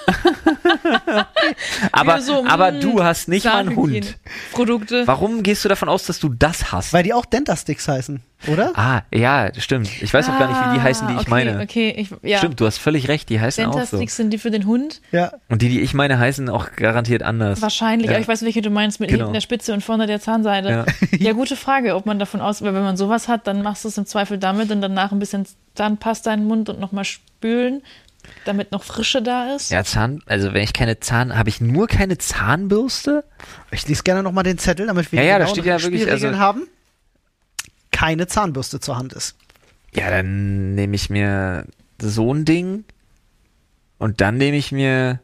aber du hast nicht mal einen Hund. Produkte. Warum gehst du davon aus, dass du das hast? Weil die auch Denta-Sticks heißen, oder? Ah, ja, stimmt. Ich weiß auch gar nicht, wie die heißen, die ich meine. Okay, Stimmt, du hast völlig recht, die heißen auch so. Denta-Sticks sind die für den Hund? Ja. Und die ich meine, heißen auch garantiert anders. Wahrscheinlich, aber ich weiß, welche du meinst, mit hinten der Spitze und vorne der Zahnseide. Ja, gute Frage, ob man davon weil wenn man sowas hat, dann machst du es im Zweifel damit und danach ein bisschen Zahnpasta in den Mund und nochmal spülen, damit noch Frische da ist. Ja, also wenn ich habe ich nur keine Zahnbürste? Ich lese gerne nochmal den Zettel, damit wir da steht ja wirklich, Spielregeln haben. Keine Zahnbürste zur Hand ist. Ja, dann nehme ich mir so ein Ding und dann nehme ich mir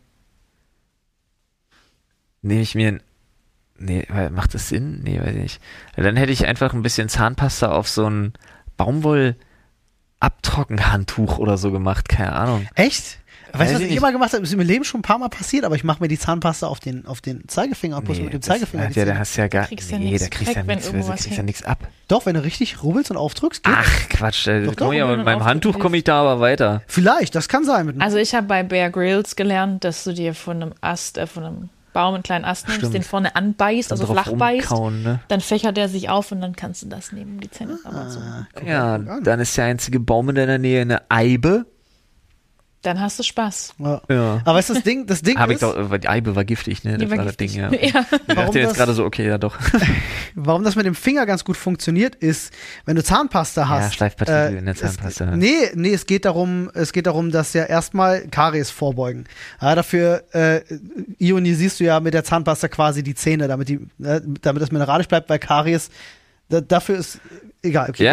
macht das Sinn? Nee, weiß ich nicht. Dann hätte ich einfach ein bisschen Zahnpasta auf so ein Baumwoll-Abtrockenhandtuch oder so gemacht, keine Ahnung. Echt? Weißt du, was ich immer gemacht habe? Ist in meinem Leben schon ein paar Mal passiert, aber ich mache mir die Zahnpasta auf den Zeigefinger und muss mit dem Zeigefinger. Da hast du ja gar nichts. Da kriegst du ja nichts ab. Doch, wenn du richtig rubbelst und aufdrückst, geht's. Ach, Quatsch. Mit meinem Handtuch komme ich da aber weiter. Vielleicht, das kann sein. Also ich habe bei Bear Grylls gelernt, dass du dir von einem Baum einen kleinen Ast nimmst, den vorne anbeißt, also flach beißt, ne? Dann fächert der sich auf und dann kannst du das nehmen, die Zähne. Ja, dann ist der einzige Baum in deiner Nähe eine Eibe. Dann hast du Spaß. Ja. Aber ist das Ding ist... Die Eibe war giftig, ne? Das war das Ding, ja. Ich dachte jetzt gerade so, okay, ja doch. Warum das mit dem Finger ganz gut funktioniert, ist, wenn du Zahnpasta hast. Ja, Schleifpartikel in der Zahnpasta. Nee, es geht darum, dass ja erstmal Karies vorbeugen. Ja, dafür ionisierst du ja mit der Zahnpasta quasi die Zähne, damit das mineralisch bleibt, weil Karies, dafür ist egal. Okay,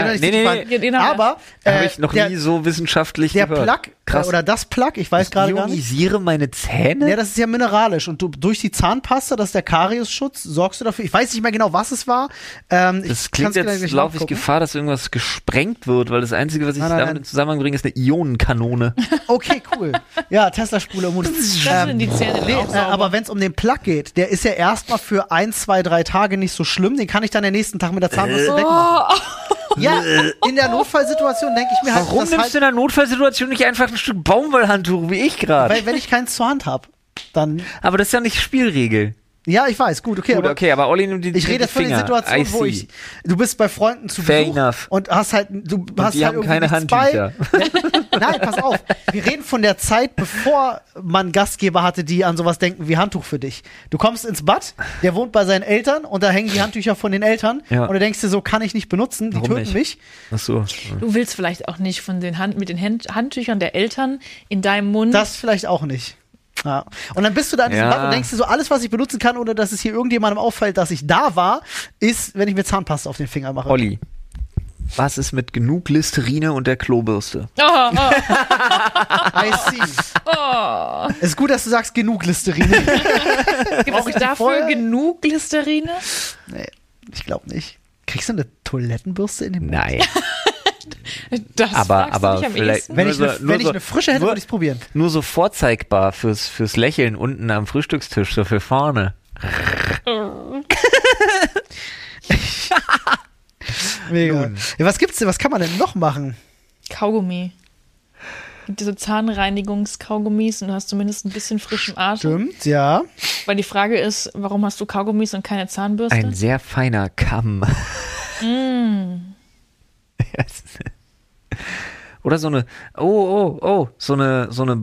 aber habe ich noch nie so wissenschaftlich der gehört. Plug oder das Plug, ich weiß gerade gar nicht. Ich ionisiere meine Zähne? Ja, das ist ja mineralisch und du durch die Zahnpasta, das ist der Kariesschutz, sorgst du dafür. Ich weiß nicht mehr genau, was es war. Das klingt jetzt, laufe ich Gefahr, dass irgendwas gesprengt wird, weil das Einzige, was ich damit in Zusammenhang bringe, ist eine Ionenkanone. Okay, cool. Ja, Tesla-Spule im Mund. Die Zähne aber wenn es um den Plug geht, der ist ja erstmal für 1, 2, 3 Tage nicht so schlimm, den kann ich dann den nächsten Tag mit der Zahnbürste wegmachen. Ja, in der Notfallsituation denke ich mir halt... Warum nimmst du in der Notfallsituation nicht einfach ein Stück Baumwollhandtuch, wie ich gerade? Weil wenn ich keins zur Hand habe, dann... Aber das ist ja nicht Spielregel. Ja, ich weiß, gut, okay. Aber Olli nimmt ich rede jetzt von den Situationen, wo du bist bei Freunden zu Besuch und hast halt, die haben keine Handtücher. Nein, pass auf. Wir reden von der Zeit, bevor man Gastgeber hatte, die an sowas denken wie Handtuch für dich. Du kommst ins Bad, der wohnt bei seinen Eltern und da hängen die Handtücher von den Eltern und du denkst dir so, kann ich nicht benutzen, die töten mich. Ach so. Du willst vielleicht auch nicht mit den Handtüchern der Eltern in deinem Mund. Das vielleicht auch nicht. Ja. Und dann bist du da in diesem Bad und denkst dir so, alles, was ich benutzen kann, ohne dass es hier irgendjemandem auffällt, dass ich da war, ist, wenn ich mir Zahnpasta auf den Finger mache. Olli, was ist mit genug Listerine und der Klobürste? I see. Es ist gut, dass du sagst, genug Listerine. Gibt es dafür genug Listerine? Nee, ich glaube nicht. Kriegst du eine Toilettenbürste in den Mund? Nein. Das aber vielleicht, wenn ich eine frische hätte, würde ich es probieren. Nur so vorzeigbar fürs Lächeln unten am Frühstückstisch, so für vorne. Mega. Ja, was gibt's denn? Was kann man denn noch machen? Kaugummi. Gibt diese Zahnreinigungskaugummis und du hast zumindest ein bisschen frischen Atem. Stimmt, ja. Weil die Frage ist, warum hast du Kaugummis und keine Zahnbürste? Ein sehr feiner Kamm. Oder so eine, so eine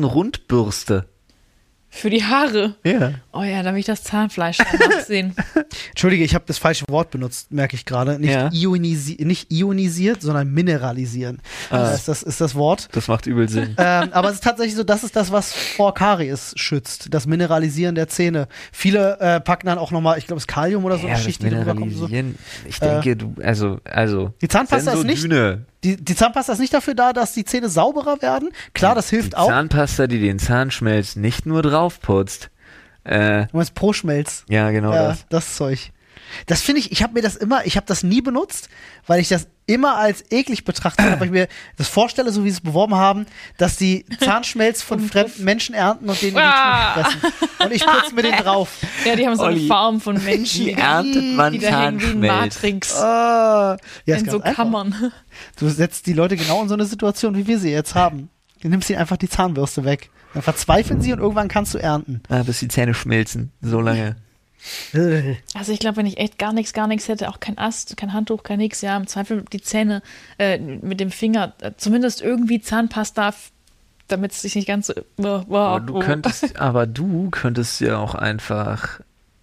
Borstenrundbürste. Für die Haare? Ja. Oh ja, da will ich das Zahnfleisch danach sehen. Entschuldige, ich habe das falsche Wort benutzt, merke ich gerade. Nicht ionisiert, sondern mineralisieren. Das ist das Wort. Das macht übel Sinn. Aber es ist tatsächlich so, das ist das, was vor Karies schützt. Das Mineralisieren der Zähne. Viele packen dann auch nochmal, ich glaube, das Kalium oder so eine Schicht, die drüber kommt. So. Ich denke, die Zahnpasta ist nicht. Die Zahnpasta ist nicht dafür da, dass die Zähne sauberer werden. Klar, das hilft auch. Zahnpasta, die den Zahnschmelz nicht nur draufputzt. Du meinst Pro-Schmelz. Ja, genau das Zeug. Das finde ich habe das nie benutzt, weil ich das immer als eklig betrachtet habe, weil ich mir das vorstelle, so wie sie es beworben haben, dass die Zahnschmelz von fremden Menschen ernten und denen in die Zunge fressen. Und ich putze mir den drauf. Ja, die haben so eine Farm von Menschen, die erntet man die da hängen wie ein Matrix. In so Kammern. Du setzt die Leute genau in so eine Situation, wie wir sie jetzt haben. Du nimmst ihnen einfach die Zahnbürste weg. Dann verzweifeln sie und irgendwann kannst du ernten. Bis die Zähne schmelzen. So lange. Also ich glaube, wenn ich echt gar nichts hätte, auch kein Ast, kein Handtuch, kein nix, ja, im Zweifel die Zähne mit dem Finger, zumindest irgendwie Zahnpasta, damit es sich nicht ganz so... Du könntest ja auch einfach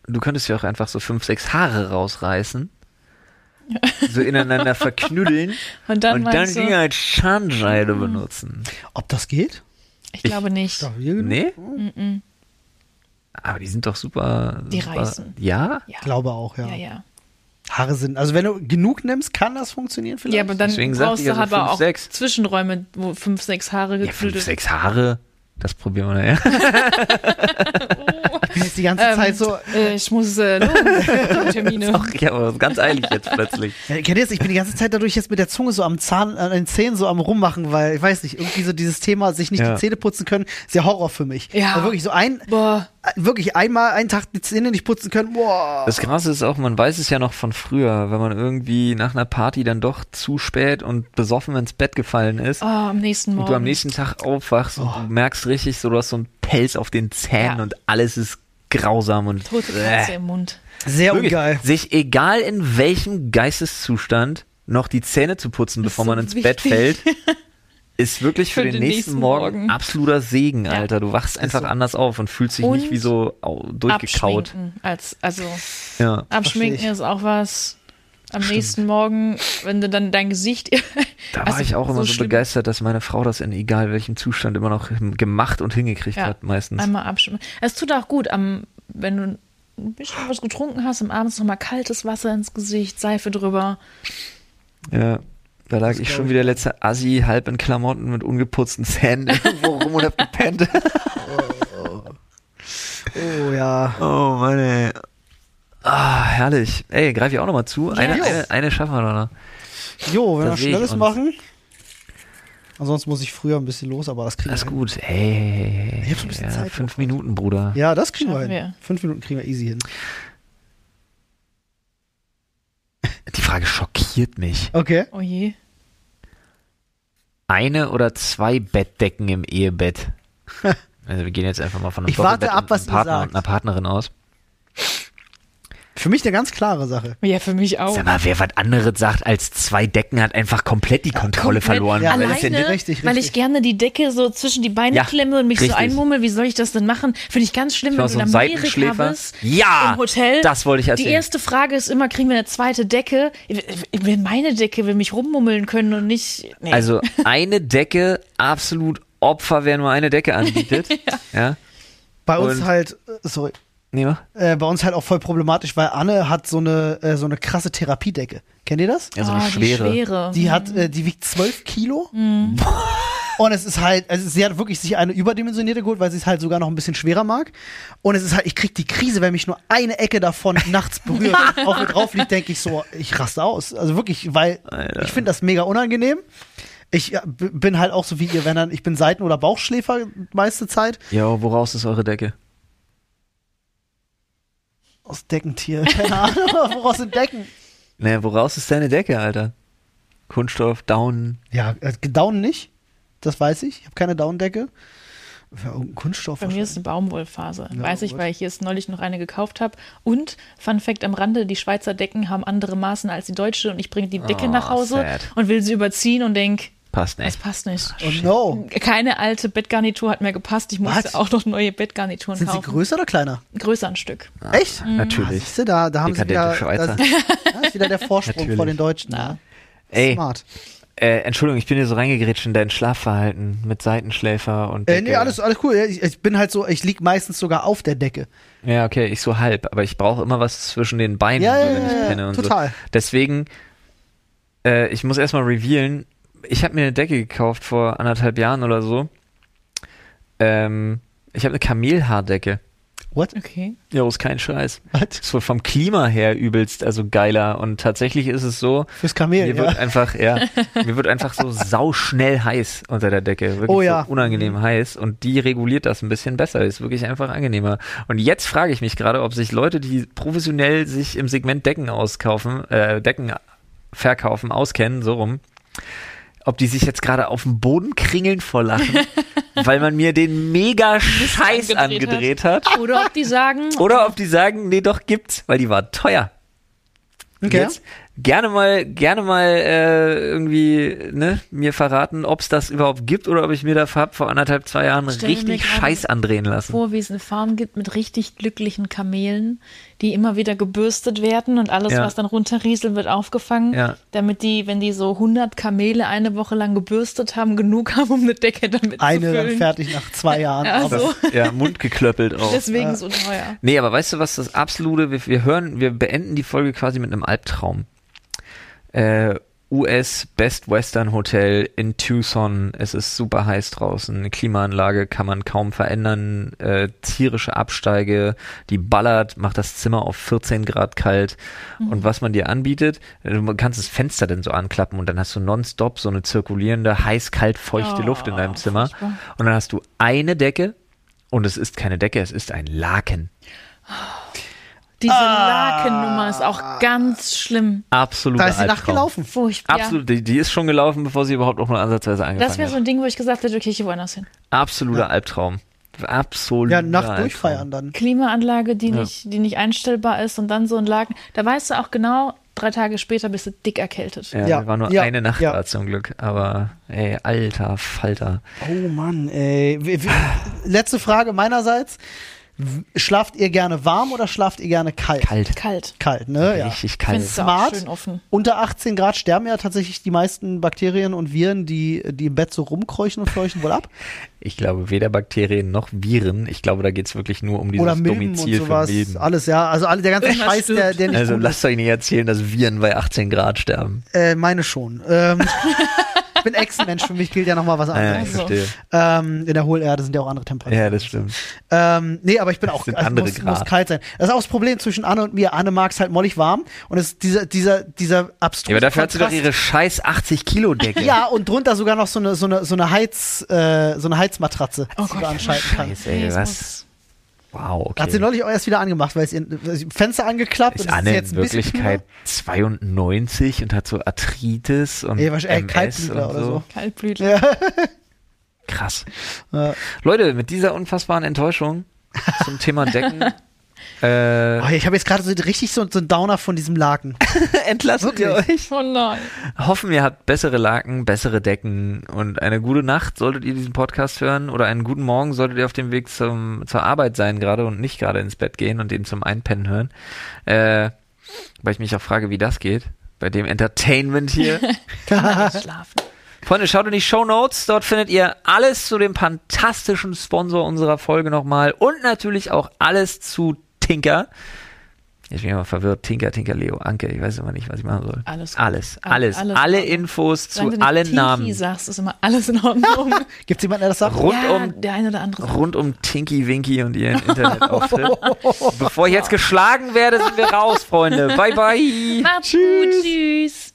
so 5, 6 Haare rausreißen, so ineinander verknüdeln und dann ging halt Zahnseide benutzen. Ob das geht? Ich glaube nicht. Nee? Aber die sind doch super. Die reißen. Ja? Ich glaube auch, ja. Ja. Haare sind, also wenn du genug nimmst, kann das funktionieren vielleicht. Ja, aber dann deswegen brauchst du aber 5, auch 6. Zwischenräume, wo 5, 6 Haare gefüllt sind. 5, 6 Haare, das probieren wir nachher. Ich bin jetzt die ganze Zeit so... ich muss Termine. Ja, aber ganz eilig jetzt plötzlich. Kennt ihr das? Ich bin die ganze Zeit dadurch jetzt mit der Zunge so am Zahn, an den Zähnen so am rummachen, weil, ich weiß nicht, irgendwie so dieses Thema, sich nicht die Zähne putzen können, ist ja Horror für mich. Ja. Also wirklich so einen Tag die Zähne nicht putzen können, boah. Das Krasse ist auch, man weiß es ja noch von früher, wenn man irgendwie nach einer Party dann doch zu spät und besoffen ins Bett gefallen ist. Am nächsten Morgen. Und du am nächsten Tag aufwachst und du merkst richtig, so du hast so einen Pelz auf den Zähnen und alles ist grausam und tote Katze im Mund. Sehr ungeil. Sich egal in welchem Geisteszustand noch die Zähne zu putzen, bevor man ins Bett fällt, ist wirklich für den nächsten Morgen absoluter Segen, Alter. Du wachst einfach anders auf und fühlst dich nicht wie so durchgekaut. Abschminken ist auch was. Am nächsten Morgen, wenn du dann dein Gesicht... Da war ich auch immer so begeistert, dass meine Frau das in egal welchem Zustand immer noch gemacht und hingekriegt hat, meistens. Einmal abschminken. Es tut auch gut, wenn du ein bisschen was getrunken hast, am Abend nochmal kaltes Wasser ins Gesicht, Seife drüber. Ja, da lag ich schon wie der letzte Assi, halb in Klamotten mit ungeputzten Zähnen irgendwo rum und hab gepennt. Oh ja. Oh Mann, ey. Herrlich. Ey, greif ich auch nochmal zu. Eine schaffen wir noch. Jo, wenn wir Schnelles machen. Ansonsten muss ich früher ein bisschen los, aber das kriegen wir hin. Das ist gut. Ey. Ich hab schon ein bisschen Zeit. 5 Minuten, Bruder. Ja, das kriegen wir hin. 5 Minuten kriegen wir easy hin. Die Frage schockiert mich. Okay. Oh je. 1 oder 2 Bettdecken im Ehebett? Also wir gehen jetzt einfach mal von einem Doppelbett ab, was Partner ihr sagt. und einer Partnerin aus. Für mich eine ganz klare Sache. Ja, für mich auch. Sag mal, wer was anderes sagt als 2 Decken, hat einfach komplett die Kontrolle verloren. Ja, alleine, richtig. Weil ich gerne die Decke so zwischen die Beine klemme und mich so einmummel. Wie soll ich das denn machen? Finde ich ganz schlimm, wenn du in Amerika bist. Ja, im Hotel. Das wollte ich erzählen. Die erste Frage ist immer, kriegen wir eine zweite Decke? Ich will meine Decke, will mich rummummeln können und nicht... Nee. Also eine Decke, absolut Opfer, wer nur eine Decke anbietet. Ja. Bei uns sorry. Nee, bei uns halt auch voll problematisch, weil Anne hat so eine krasse Therapiedecke. Kennt ihr das? Ja, so eine schwere. Die wiegt 12 Kilo. Mhm. Und es ist halt, also sie hat wirklich sich eine überdimensionierte geholt, weil sie es halt sogar noch ein bisschen schwerer mag. Und es ist halt, ich krieg die Krise, wenn mich nur eine Ecke davon nachts berührt und auf mir drauf liegt, denke ich so, ich raste aus. Also wirklich, weil ich finde das mega unangenehm. Ich bin halt auch so wie ihr, ich bin Seiten- oder Bauchschläfer meiste Zeit. Ja, woraus ist eure Decke? Aus Deckentier. Keine Ahnung, woraus sind Decken? Naja, woraus ist deine Decke, Alter? Kunststoff, Down? Ja, Down nicht. Das weiß ich. Ich habe keine Down-Decke. Kunststoff. Bei mir ist eine Baumwollfaser. Ja, weiß ich, weil ich jetzt neulich noch eine gekauft habe. Und, Fun Fact am Rande, die Schweizer Decken haben andere Maßen als die deutsche und ich bringe die Decke nach Hause und will sie überziehen und denke, passt nicht. Das passt nicht. Oh no. Keine alte Bettgarnitur hat mehr gepasst. Ich musste auch noch neue Bettgarnituren Sind kaufen. sie größer oder kleiner? Größer ein Stück. Echt? Natürlich. Siehst du, da haben sie wieder, Schweizer. da ist wieder der Vorsprung vor den Deutschen. Ja. Ey, Smart. Entschuldigung, ich bin hier so reingegrätscht in dein Schlafverhalten mit Seitenschläfer und Decke. Nee, alles cool. Ich bin halt so, ich lieg meistens sogar auf der Decke. Ja, okay, ich so halb, aber ich brauche immer was zwischen den Beinen, wenn ich penne und total. so. Deswegen, ich muss erstmal revealen, ich habe mir eine Decke gekauft vor 1,5 Jahren oder so. Ich habe eine Kamelhaardecke. What? Okay. Ja, ist kein Scheiß. What? Ist wohl vom Klima her übelst, also geiler. Und tatsächlich ist es so, Fürs Kamel, mir wird einfach so sauschnell heiß unter der Decke. Wirklich so unangenehm heiß. Und die reguliert das ein bisschen besser. Ist wirklich einfach angenehmer. Und jetzt frage ich mich gerade, ob sich Leute, die professionell sich im Segment Decken verkaufen, auskennen, so rum, ob die sich jetzt gerade auf den Boden kringeln vor Lachen, weil man mir den mega Scheiß angedreht hat. Oder ob die sagen... nee, doch gibt's, weil die war teuer. Okay. Jetzt gerne mal irgendwie mir verraten, ob es das überhaupt gibt oder ob ich mir da vor 1,5, 2 Jahren richtig Scheiß andrehen lassen. Vor, wie es eine Farm gibt mit richtig glücklichen Kamelen, die immer wieder gebürstet werden und alles, was dann runterrieselt, wird aufgefangen, damit die, wenn die so 100 Kamele eine Woche lang gebürstet haben, genug haben, um eine Decke damit zu füllen. Eine dann fertig nach 2 Jahren. Also. Mund geklöppelt auch. Deswegen so teuer. Nee, aber weißt du, was das absolute, wir beenden die Folge quasi mit einem Albtraum. US Best Western Hotel in Tucson. Es ist super heiß draußen. Eine Klimaanlage kann man kaum verändern. Tierische Absteige, die ballert, macht das Zimmer auf 14 Grad kalt. Und was man dir anbietet, du kannst das Fenster dann so anklappen und dann hast du nonstop so eine zirkulierende, heiß-kalt feuchte Luft in deinem Zimmer. Furchtbar. Und dann hast du eine Decke und es ist keine Decke, es ist ein Laken. Diese Lakennummer ist auch ganz schlimm. Absoluter Da ist sie Albtraum. nachgelaufen. Furchtbar. Absolut, die ist schon gelaufen, bevor sie überhaupt auch nur ansatzweise angefangen Das wäre so ein Ding, wo ich gesagt hätte, okay, ich gehe woanders hin. Absoluter Albtraum. Absoluter Ja, Nacht Albtraum. durchfeiern dann. Klimaanlage, die nicht einstellbar ist und dann so ein Laken. Da weißt du auch genau, 3 Tage später bist du dick erkältet. Ja, war nur eine Nacht da zum Glück. Aber, ey, alter Falter. Oh Mann, ey. Letzte Frage meinerseits. Schlaft ihr gerne warm oder schlaft ihr gerne kalt? Kalt. Kalt, ne? Ja. Richtig kalt. Findest du auch Smart. schön offen. Unter 18 Grad sterben ja tatsächlich die meisten Bakterien und Viren, die im Bett so rumkeuchen und fleuchen wohl ab. Ich glaube, weder Bakterien noch Viren. Ich glaube, da geht es wirklich nur um dieses Oder Milben Domizil und sowas. von Milben. Alles, ja. Also der ganze Irgendwas Scheiß, der nicht Also gut lasst euch nicht erzählen, dass Viren bei 18 Grad sterben. ist. Meine schon. Ich bin Echsenmensch, für mich gilt ja nochmal was Ja, anderes. ich verstehe. In der Hohlerde sind ja auch andere Temperaturen. Ja, das stimmt. Nee, aber ich bin auch, sind also andere muss Grad. kalt sein. Das ist auch das Problem zwischen Anne und mir. Anne mag es halt mollig warm und es ist dieser abstruse Ja, aber dafür hat sie doch Kontrast. ihre scheiß 80 Kilo Decke. Ja, und drunter sogar noch so eine Heizmatratze, die du anschalten kannst. Scheiße, ey, Nee, es was? Wow, okay. Hat sie neulich auch erst wieder angemacht, weil sie Fenster angeklappt Ist und es Anne jetzt in ein bisschen Wirklichkeit 92 und hat so Arthritis und wahrscheinlich MS Kaltblüter und oder so. Kaltblütler. Krass. Ja. Leute, mit dieser unfassbaren Enttäuschung zum Thema Decken Ich habe jetzt gerade so richtig so einen Downer von diesem Laken. entlassen wir euch. Oh nein. Hoffen, ihr habt bessere Laken, bessere Decken und eine gute Nacht, solltet ihr diesen Podcast hören, oder einen guten Morgen, solltet ihr auf dem Weg zur Arbeit sein gerade und nicht gerade ins Bett gehen und den zum Einpennen hören. Weil ich mich auch frage, wie das geht, bei dem Entertainment hier. Kann man nicht schlafen. Freunde, schaut in die Shownotes, dort findet ihr alles zu dem fantastischen Sponsor unserer Folge nochmal und natürlich auch alles zu Tinker. Ich bin immer verwirrt. Tinker, Leo, Anke. Ich weiß immer nicht, was ich machen soll. Alles gut. Alles. Alles Alle Infos Solange zu du nicht allen Tinky Namen. sagst, ist immer alles in Ordnung. Gibt's jemanden, der das sagt? Der eine oder andere. Rund um Tinky Winky und ihren Internetauftritt. Bevor ich jetzt geschlagen werde, sind wir raus, Freunde. Bye, bye. Macht's gut. Tschüss.